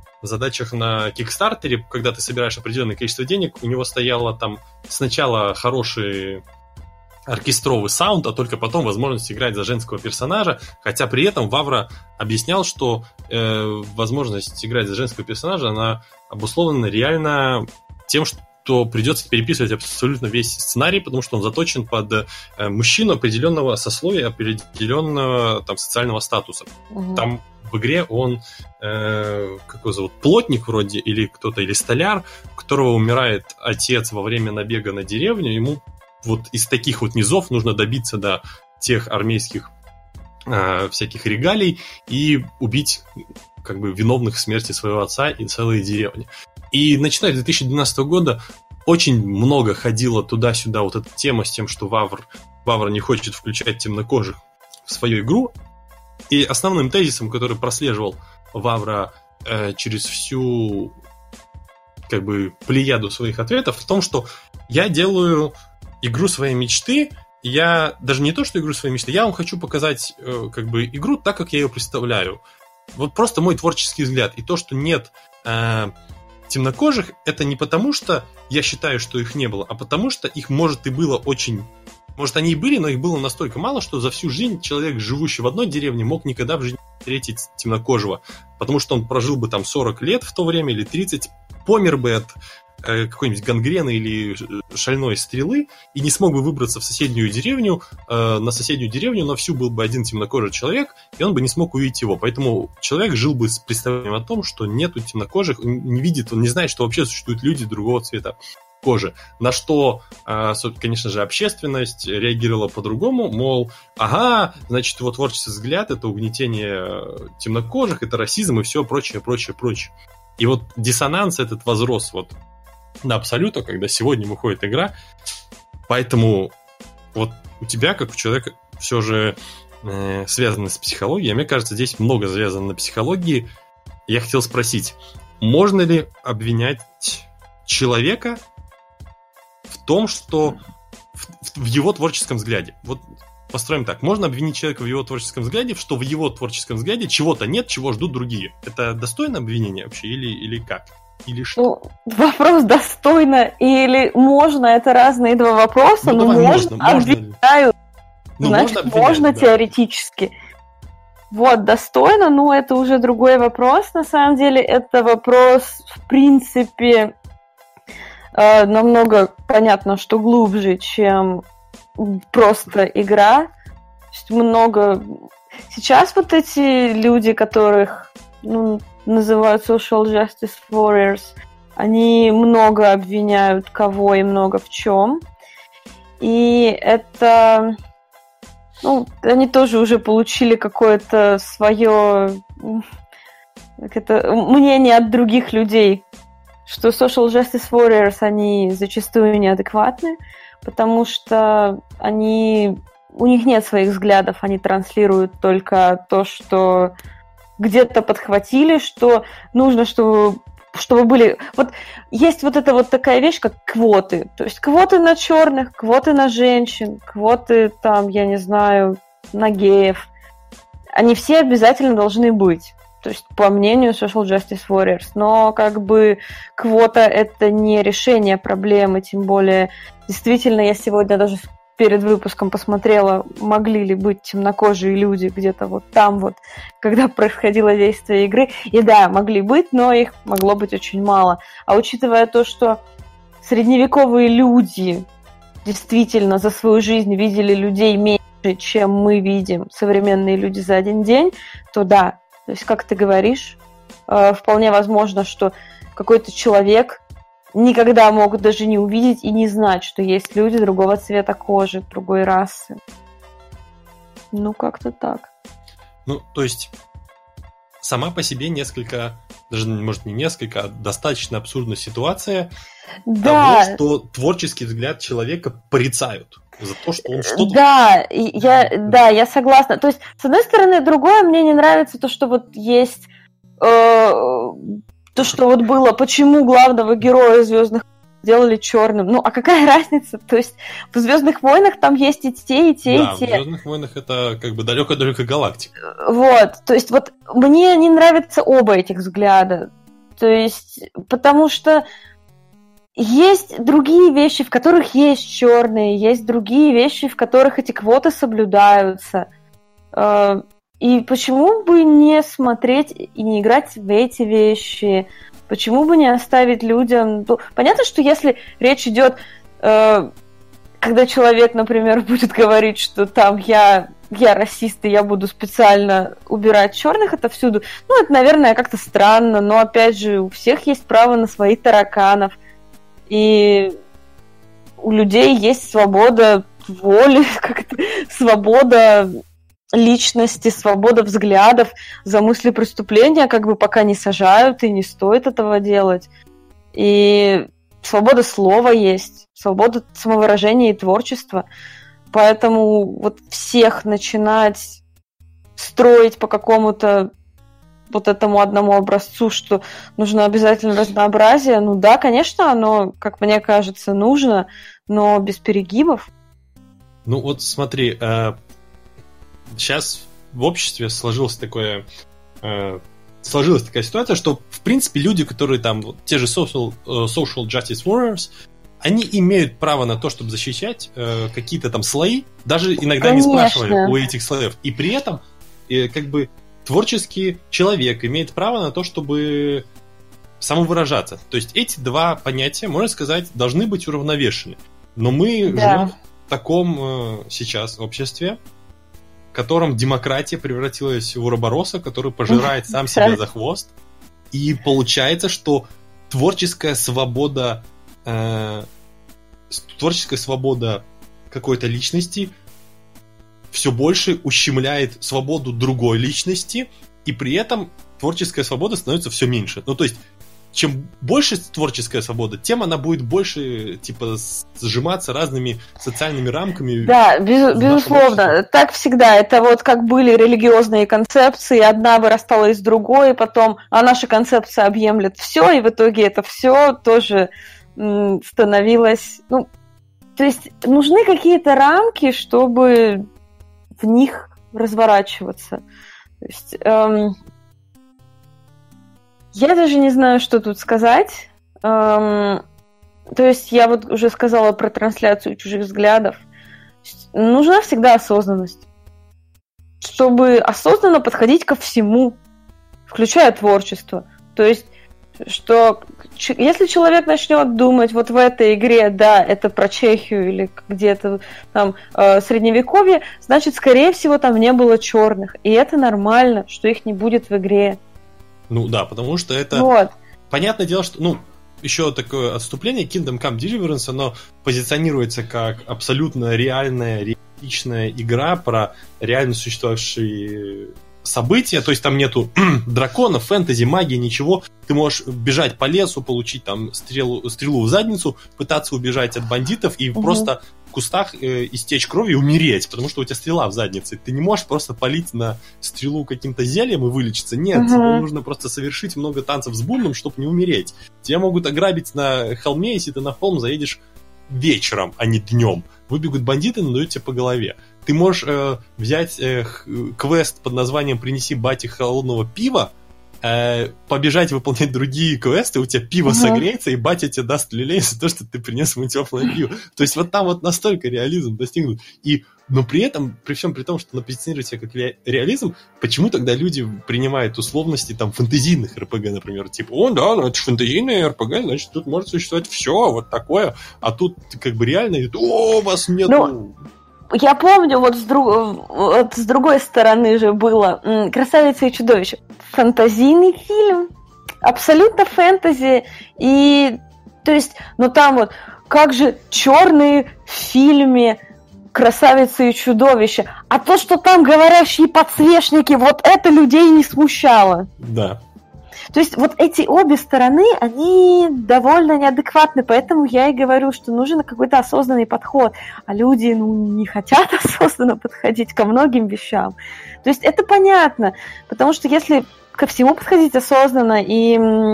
Кикстартере, когда ты собираешь определенное количество денег, у него стояло там сначала хороший оркестровый саунд, а только потом возможность играть за женского персонажа, хотя при этом Вавра объяснял, что возможность играть за женского персонажа, она обусловлена реально тем, что придется переписывать абсолютно весь сценарий, потому что он заточен под мужчину определенного сословия, определенного там социального статуса. Угу. Там в игре он, как его зовут, плотник вроде, или кто-то, или столяр, у которого умирает отец во время набега на деревню, ему вот из таких вот низов нужно добиться до тех армейских всяких регалий и убить как бы виновных в смерти своего отца и целые деревни. И начиная с 2012 года очень много ходило туда-сюда вот эта тема с тем, что Вавра не хочет включать темнокожих в свою игру. И основным тезисом, который прослеживал Вавра через всю как бы плеяду своих ответов, в том, что я делаю игру своей мечты. Я даже не то, что игру своей мечты, я вам хочу показать как бы игру так, как я ее представляю. Вот просто мой творческий взгляд. И то, что нет темнокожих, это не потому, что я считаю, что их не было, а потому что их, может, и было очень... Может, они и были, но их было настолько мало, что за всю жизнь человек, живущий в одной деревне, мог никогда в жизни встретить темнокожего, потому что он прожил бы там 40 лет в то время или 30, помер бы от какой-нибудь гангрены или шальной стрелы и не смог бы выбраться в соседнюю деревню, на соседнюю деревню, но всю был бы один темнокожий человек, и он бы не смог увидеть его. Поэтому человек жил бы с представлением о том, что нету темнокожих, он не видит, он не знает, что вообще существуют люди другого цвета кожи. На что, конечно же, общественность реагировала по-другому, мол, ага, значит, его творческий взгляд — это угнетение темнокожих, это расизм и все прочее, прочее, прочее. И вот диссонанс этот возрос вот на абсолютно, когда сегодня выходит игра. Поэтому вот у тебя, как у человека, все же связано с психологией. Мне кажется, здесь много завязано на психологии. Я хотел спросить, можно ли обвинять человека в том, что в его творческом взгляде? Вот построим так. Можно обвинить человека в его творческом взгляде, что в его творческом взгляде чего-то нет, чего ждут другие. Это достойно обвинения вообще или как? Или что? Ну, вопрос достойно или можно, это разные два вопроса, но можно обвиняют. Значит, можно теоретически. Вот, достойно, но это уже другой вопрос. На самом деле, это вопрос, в принципе, намного, понятно, что глубже, чем просто игра. То есть много... Сейчас вот эти люди, которых называют social justice warriors, они много обвиняют кого и много в чем. И это... они тоже уже получили какое-то свое мнение от других людей, что social justice warriors, они зачастую неадекватны, потому что у них нет своих взглядов, они транслируют только то, что где-то подхватили, что нужно, чтобы были... Вот есть вот эта вот такая вещь, как квоты. То есть квоты на черных, квоты на женщин, квоты там, я не знаю, на геев. Они все обязательно должны быть. То есть по мнению Social Justice Warriors. Но как бы квота — это не решение проблемы, тем более действительно я сегодня даже перед выпуском посмотрела, могли ли быть темнокожие люди где-то вот там вот, когда происходило действие игры. И да, могли быть, но их могло быть очень мало. А учитывая то, что средневековые люди действительно за свою жизнь видели людей меньше, чем мы видим современные люди за один день, то да, то есть, как ты говоришь, вполне возможно, что какой-то человек никогда мог даже не увидеть и не знать, что есть люди другого цвета кожи, другой расы. Как-то так. То есть, сама по себе несколько, даже, может, не несколько, а достаточно абсурдная ситуация того, что творческий взгляд человека порицают за то, что он что-то... Я согласна. То есть, с одной стороны, другое мне не нравится то, что вот есть... То, что вот было, почему главного героя «Звездных войн» сделали черным. А какая разница? То есть в «Звездных войнах» там есть и те, и те, и те. В «Звездных войнах» это как бы далеко-далеко галактика. Вот, то есть вот мне не нравятся оба этих взгляда. То есть, потому что есть другие вещи, в которых есть черные, есть другие вещи, в которых эти квоты соблюдаются. И почему бы не смотреть и не играть в эти вещи? Почему бы не оставить людям... Понятно, что если речь идет, когда человек, например, будет говорить, что там я расист, и я буду специально убирать черных отовсюду, это, наверное, как-то странно, но, опять же, у всех есть право на своих тараканов, и у людей есть свобода воли, свобода личности, свобода взглядов, за мысли преступления пока не сажают, и не стоит этого делать. И свобода слова есть, свобода самовыражения и творчества. Поэтому вот всех начинать строить по какому-то вот этому одному образцу, что нужно обязательно разнообразие, да, конечно, оно, как мне кажется, нужно, но без перегибов. Вот смотри, сейчас в обществе сложилась такая ситуация, что, в принципе, люди, которые там, те же social justice warriors, они имеют право на то, чтобы защищать какие-то там слои, даже иногда не спрашивая у этих слоев. И при этом, творческий человек имеет право на то, чтобы самовыражаться. То есть эти два понятия, можно сказать, должны быть уравновешены. Но мы живем в таком сейчас обществе, в котором демократия превратилась в уробороса, который пожирает сам себя за хвост. И получается, что творческая свобода какой-то личности все больше ущемляет свободу другой личности, и при этом творческая свобода становится все меньше. Ну, то есть, чем больше творческая свобода, тем она будет больше, типа, сжиматься разными социальными рамками. Да, безусловно. Так всегда. Это вот как были религиозные концепции, одна вырастала из другой, потом, а наша концепция объемлет все, и в итоге это все тоже становилось... Ну, то есть нужны какие-то рамки, чтобы в них разворачиваться. То есть... Я даже не знаю, что тут сказать. То есть я вот уже сказала про трансляцию чужих взглядов. Нужна всегда осознанность. Чтобы осознанно подходить ко всему, включая творчество. То есть, что если человек начнет думать вот в этой игре, да, это про Чехию или где-то там средневековье, значит, скорее всего, там не было черных. И это нормально, что их не будет в игре. Ну да, потому что это... Вот. Понятное дело, что... Ну, еще такое отступление. Kingdom Come Deliverance, оно позиционируется как абсолютно реальная, реалистичная игра про реально существовавшие события. То есть там нету драконов, фэнтези, магии, ничего. Ты можешь бежать по лесу, получить там стрелу в задницу, пытаться убежать от бандитов и просто в кустах истечь кровью и умереть, потому что у тебя стрела в заднице. Ты не можешь просто палить на стрелу каким-то зельем и вылечиться. Нет, тебе нужно просто совершить много танцев с бубном, чтобы не умереть. Тебя могут ограбить на холме, если ты на холм заедешь вечером, а не днем. Выбегут бандиты и надают тебе по голове. Ты можешь взять квест под названием «Принеси бате холодного пива», побежать выполнять другие квесты, у тебя пиво согреется, и батя тебе даст люлей за то, что ты принес ему теплое пиво. То есть вот там вот настолько реализм достигнут. Но при этом, при всем при том, что она позиционирует себя как реализм, почему тогда люди принимают условности там фэнтезийных РПГ, например, типа, о, да, ну это же фэнтезийное РПГ, значит, тут может существовать все, вот такое, а тут как бы реально, о, вас нету. Ну, я помню, вот с другой стороны же было «Красавица и чудовище». Фэнтезийный фильм, абсолютно фэнтези, и, то есть, ну там вот, как же черные в фильме «Красавица и чудовище», а то, что там говорящие подсвечники, вот это людей не смущало. Да. То есть вот эти обе стороны, они довольно неадекватны, поэтому я и говорю, что нужен какой-то осознанный подход, а люди, не хотят осознанно подходить ко многим вещам. То есть это понятно, потому что если ко всему подходить осознанно и,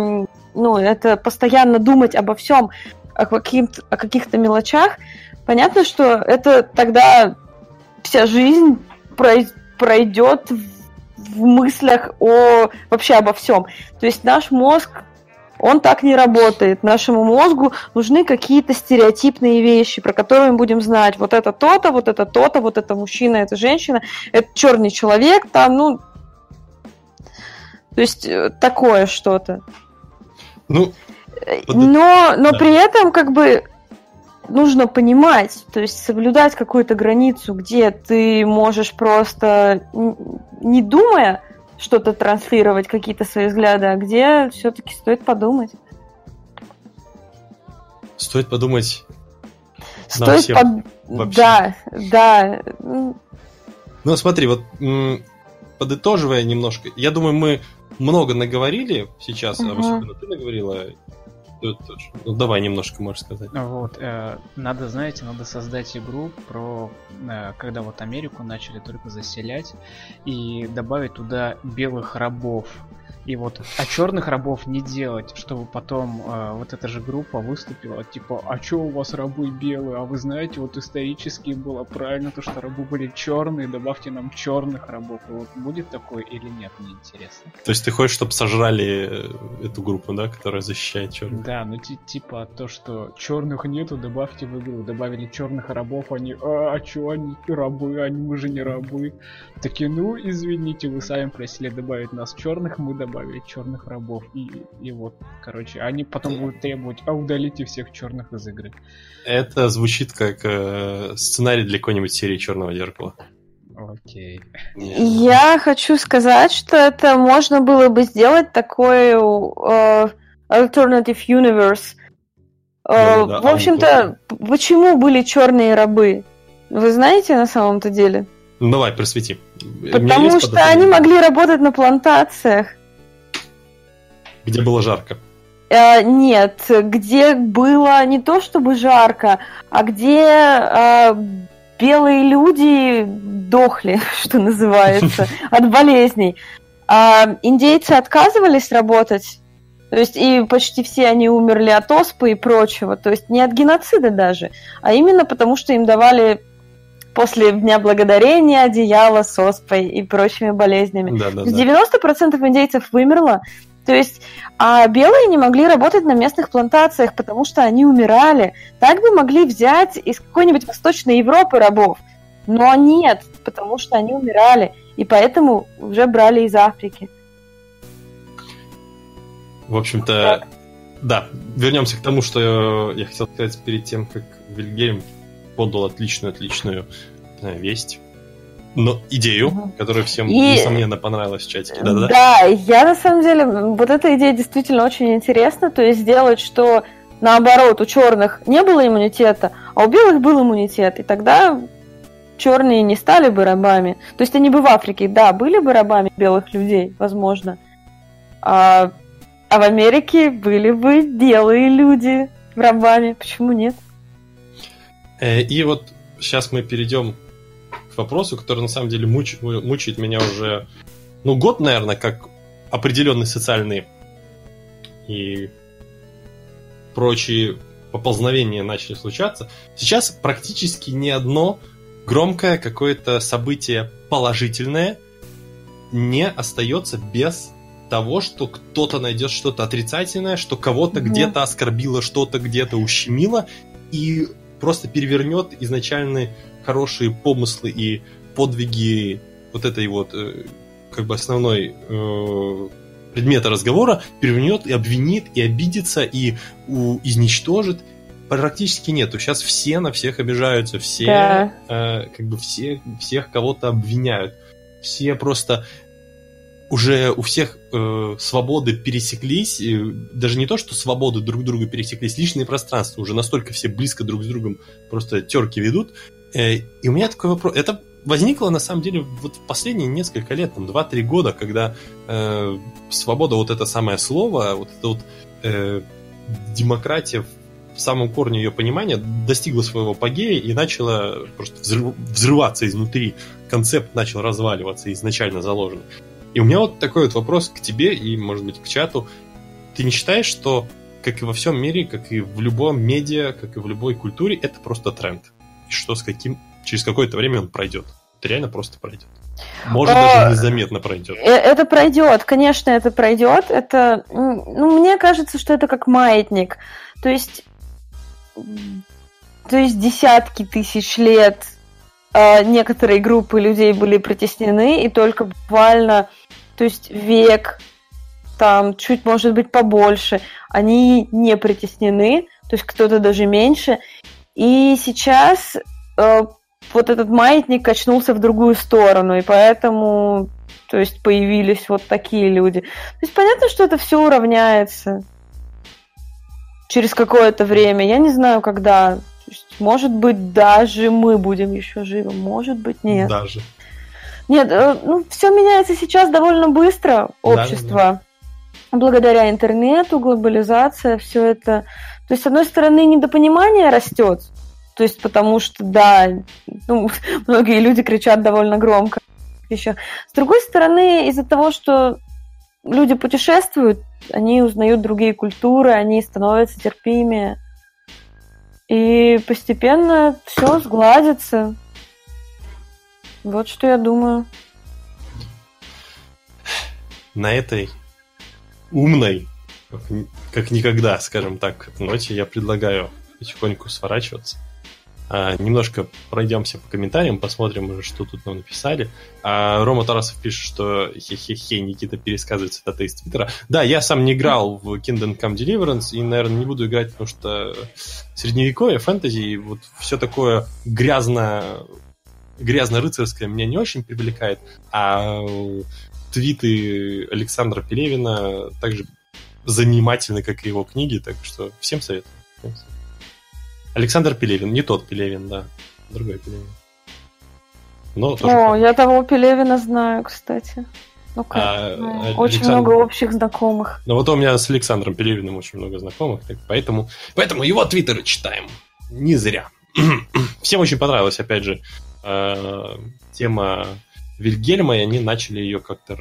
это постоянно думать обо всем, о каких-то мелочах, понятно, что это тогда вся жизнь пройдет в мыслях вообще обо всем. То есть наш мозг, он так не работает. Нашему мозгу нужны какие-то стереотипные вещи, про которые мы будем знать. Вот это то-то, вот это то-то, вот это мужчина, это женщина, это черный человек, там, то есть такое что-то. Но при этом как бы нужно понимать, то есть соблюдать какую-то границу, где ты можешь просто, не думая, что-то транслировать, какие-то свои взгляды, а где все-таки стоит подумать. Стоит подумать на всем вообще. Да. Ну, смотри, вот подытоживая немножко, я думаю, мы много наговорили сейчас, особенно ты наговорила. Ну, давай немножко можешь сказать. Вот, надо создать игру про, когда вот Америку начали только заселять, и добавить туда белых рабов. И вот черных рабов не делать, чтобы потом вот эта же группа выступила, типа, а чё у вас рабы белые? А вы знаете, вот исторически было правильно то, что рабы были черные, добавьте нам черных рабов. И вот будет такое или нет, мне интересно. То есть ты хочешь, чтобы сожрали эту группу, да, которая защищает черных? Да, ну типа то, что черных нету, добавьте в игру. Добавили черных рабов, они, а чё они рабы, мы же не рабы. Такие, ну извините, вы сами просили добавить нас черных, мы добавили черных рабов. И вот, короче, они потом будут требовать, удалите всех черных из игры. Это звучит как сценарий для какой-нибудь серии «Черного зеркала». Окей. Я хочу сказать, что это можно было бы сделать такой alternative universe. Да, в общем-то, почему были черные рабы? Вы знаете на самом-то деле? Ну, давай, просвети. Потому что они могли работать на плантациях. Где было жарко? Нет, где было не то чтобы жарко, а где белые люди дохли, что называется, от болезней. Индейцы отказывались работать, то есть и почти все они умерли от оспы и прочего, то есть не от геноцида даже, а именно потому, что им давали после Дня Благодарения одеяло с оспой и прочими болезнями. Да. 90% индейцев вымерло. То есть, а белые не могли работать на местных плантациях, потому что они умирали. Так бы могли взять из какой-нибудь Восточной Европы рабов. Но нет, потому что они умирали. И поэтому уже брали из Африки. В общем-то, да. Вернемся к тому, что я хотел сказать перед тем, как Вильгельм подал отличную весть. Но идею, которая всем, несомненно, понравилась в чатике. Да-да-да. Да, я на самом деле, вот эта идея действительно очень интересна, то есть сделать, что наоборот, у черных не было иммунитета, а у белых был иммунитет, и тогда черные не стали бы рабами. То есть они бы в Африке, да, были бы рабами белых людей, возможно, а в Америке были бы белые люди рабами, почему нет? И вот сейчас мы перейдем к вопросу, который на самом деле мучает меня уже, год, наверное, как определенные социальные и прочие поползновения начали случаться. Сейчас практически ни одно громкое какое-то событие положительное не остается без того, что кто-то найдет что-то отрицательное, что кого-то где-то оскорбило, что-то где-то ущемило, и просто перевернет изначальные хорошие помыслы и подвиги вот этой вот как бы основной предмета разговора, перевернет и обвинит, и обидится, и изничтожит. Практически нету. Сейчас все на всех обижаются, все как бы всех кого-то обвиняют. Все просто уже у всех свободы пересеклись, даже не то, что свободы друг друга пересеклись, личные пространства уже настолько все близко друг с другом просто терки ведут. И у меня такой вопрос. Это возникло, на самом деле, вот в последние несколько лет, 2-3 года, когда свобода, вот это самое слово, вот это вот демократия в самом корне ее понимания достигла своего апогея и начала просто взрываться изнутри. Концепт начал разваливаться, изначально заложенный. И у меня вот такой вот вопрос к тебе и, может быть, к чату. Ты не считаешь, что, как и во всем мире, как и в любом медиа, как и в любой культуре, это просто тренд? И что через какое-то время он пройдет? Это реально просто пройдет. Может, даже незаметно пройдет. Это пройдет, конечно, это пройдет. Это, мне кажется, что это как маятник. То есть десятки тысяч лет некоторые группы людей были притеснены, и только буквально, то есть век, там чуть, может быть, побольше, они не притеснены, то есть кто-то даже меньше. И сейчас вот этот маятник качнулся в другую сторону, и поэтому, то есть, появились вот такие люди. То есть понятно, что это все уравняется через какое-то время. Я не знаю, когда. Может быть, даже мы будем еще живы, может быть, нет. Даже. Нет, все меняется сейчас довольно быстро, общество. Да. Благодаря интернету, глобализация, все это. То есть, с одной стороны, недопонимание растет, то есть, потому что, да, многие люди кричат довольно громко еще. С другой стороны, из-за того, что люди путешествуют, они узнают другие культуры, они становятся терпимее. И постепенно все сгладится. Вот что я думаю. На этой умной, как никогда, скажем так, ноте я предлагаю потихоньку сворачиваться. Немножко пройдемся по комментариям, посмотрим, что тут нам написали. Рома Тарасов пишет, что хе-хе-хе, Никита пересказывает цитаты из Твиттера. Да, я сам не играл в Kingdom Come Deliverance и, наверное, не буду играть, потому что средневековье, фэнтези и вот все такое грязно-рыцарское меня не очень привлекает, а твиты Александра Пелевина также занимательны, как и его книги, так что всем советую. Александр Пелевин, не тот Пелевин, да, другой Пелевин. Но тоже я того Пелевина знаю, кстати. Очень много общих знакомых. Ну вот у меня с Александром Пелевиным очень много знакомых, так поэтому его твиттеры читаем. Не зря. Всем очень понравилась, опять же, тема Вильгельма, и они начали ее как-то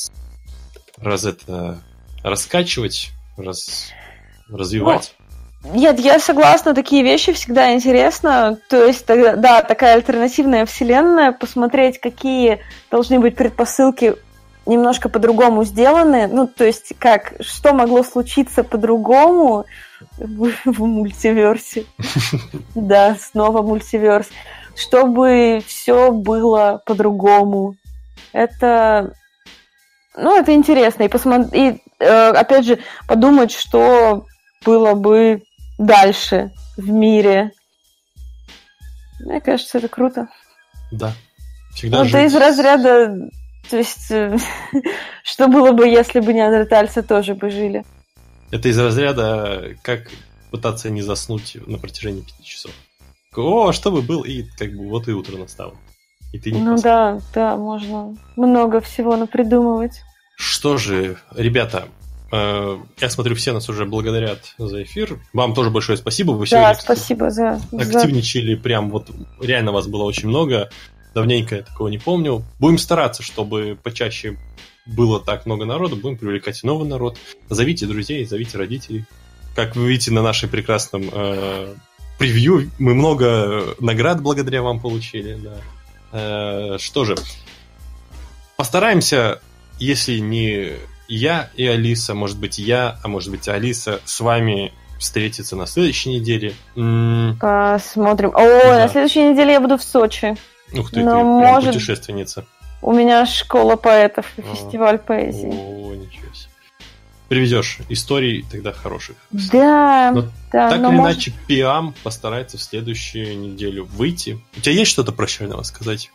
раскачивать, развивать. Нет, я согласна, такие вещи всегда интересно. То есть, да, такая альтернативная вселенная, посмотреть, какие должны быть предпосылки немножко по-другому сделаны. Ну, то есть, что могло случиться по-другому в мультиверсе. Да, снова мультиверс. Чтобы все было по-другому. Это интересно. И опять же, подумать, что было бы дальше в мире. Мне кажется, это круто. Да. Всегда это из разряда... То есть, что было бы, если бы неандертальцы тоже бы жили? Это из разряда, как пытаться не заснуть на протяжении 5 часов. О, что бы был, и вот и утро настало. И ты не поспал. Да, можно много всего напридумывать. Что же, ребята, я смотрю, все нас уже благодарят за эфир. Вам тоже большое спасибо. Вы сегодня спасибо за... активничали, прям вот реально вас было очень много. Давненько я такого не помню. Будем стараться, чтобы почаще было так много народу. Будем привлекать новый народ. Зовите друзей, зовите родителей. Как вы видите на нашем прекрасном превью, мы много наград благодаря вам получили. Да. Что же, постараемся, если не я и Алиса, может быть я, а может быть Алиса, с вами встретиться на следующей неделе. Посмотрим. На следующей неделе я буду в Сочи. Ух ты, прям путешественница. У меня школа поэтов и фестиваль поэзии. Ничего себе. Привезешь историй тогда хороших. Да. Так или иначе, Пиам постарается в следующую неделю выйти. У тебя есть что-то прощального сказать?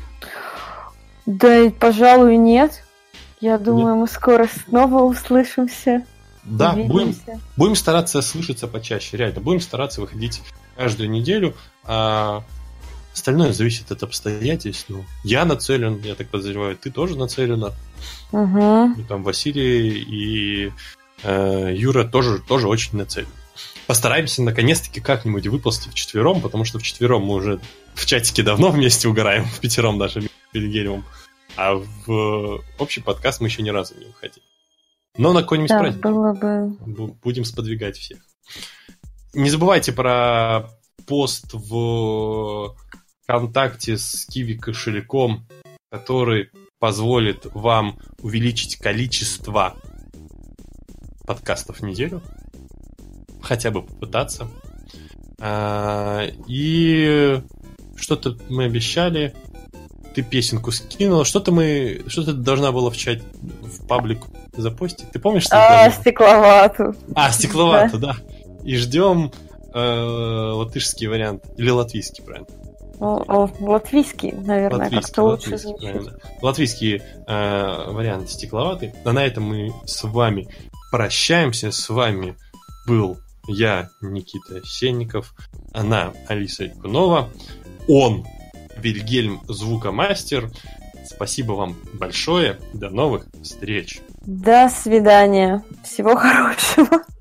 Да, пожалуй, нет. Я думаю, мы скоро снова услышимся. Да, будем стараться слышаться почаще, реально. Будем стараться выходить каждую неделю. Остальное зависит от обстоятельств. Я нацелен, я так подозреваю, ты тоже нацелена. Угу. И там Василий и Юра тоже очень нацелены. Постараемся наконец-таки как-нибудь выползти вчетвером, потому что вчетвером мы уже в чатике давно вместе угораем, впятером даже перед Гелевым. А в общий подкаст мы еще ни разу не выходили. Но на какой-нибудь праздник было бы... будем сподвигать всех. Не забывайте про пост в ВКонтакте с Киви кошельком, который позволит вам увеличить количество подкастов в неделю. Хотя бы попытаться. И что-то мы обещали. Ты песенку скинула. Что-то должна была в паблик запостить. Ты помнишь, что Стекловату. Стекловату, да. И ждем латышский вариант. Или латвийский, правильно? Латвийский, наверное, как-то лучше звучит. Латвийский вариант стекловатый. А на этом мы с вами прощаемся. С вами был я, Никита Сенников, она, Алиса Икунова, он, Вильгельм Звукомастер. Спасибо вам большое. До новых встреч. До свидания. Всего хорошего.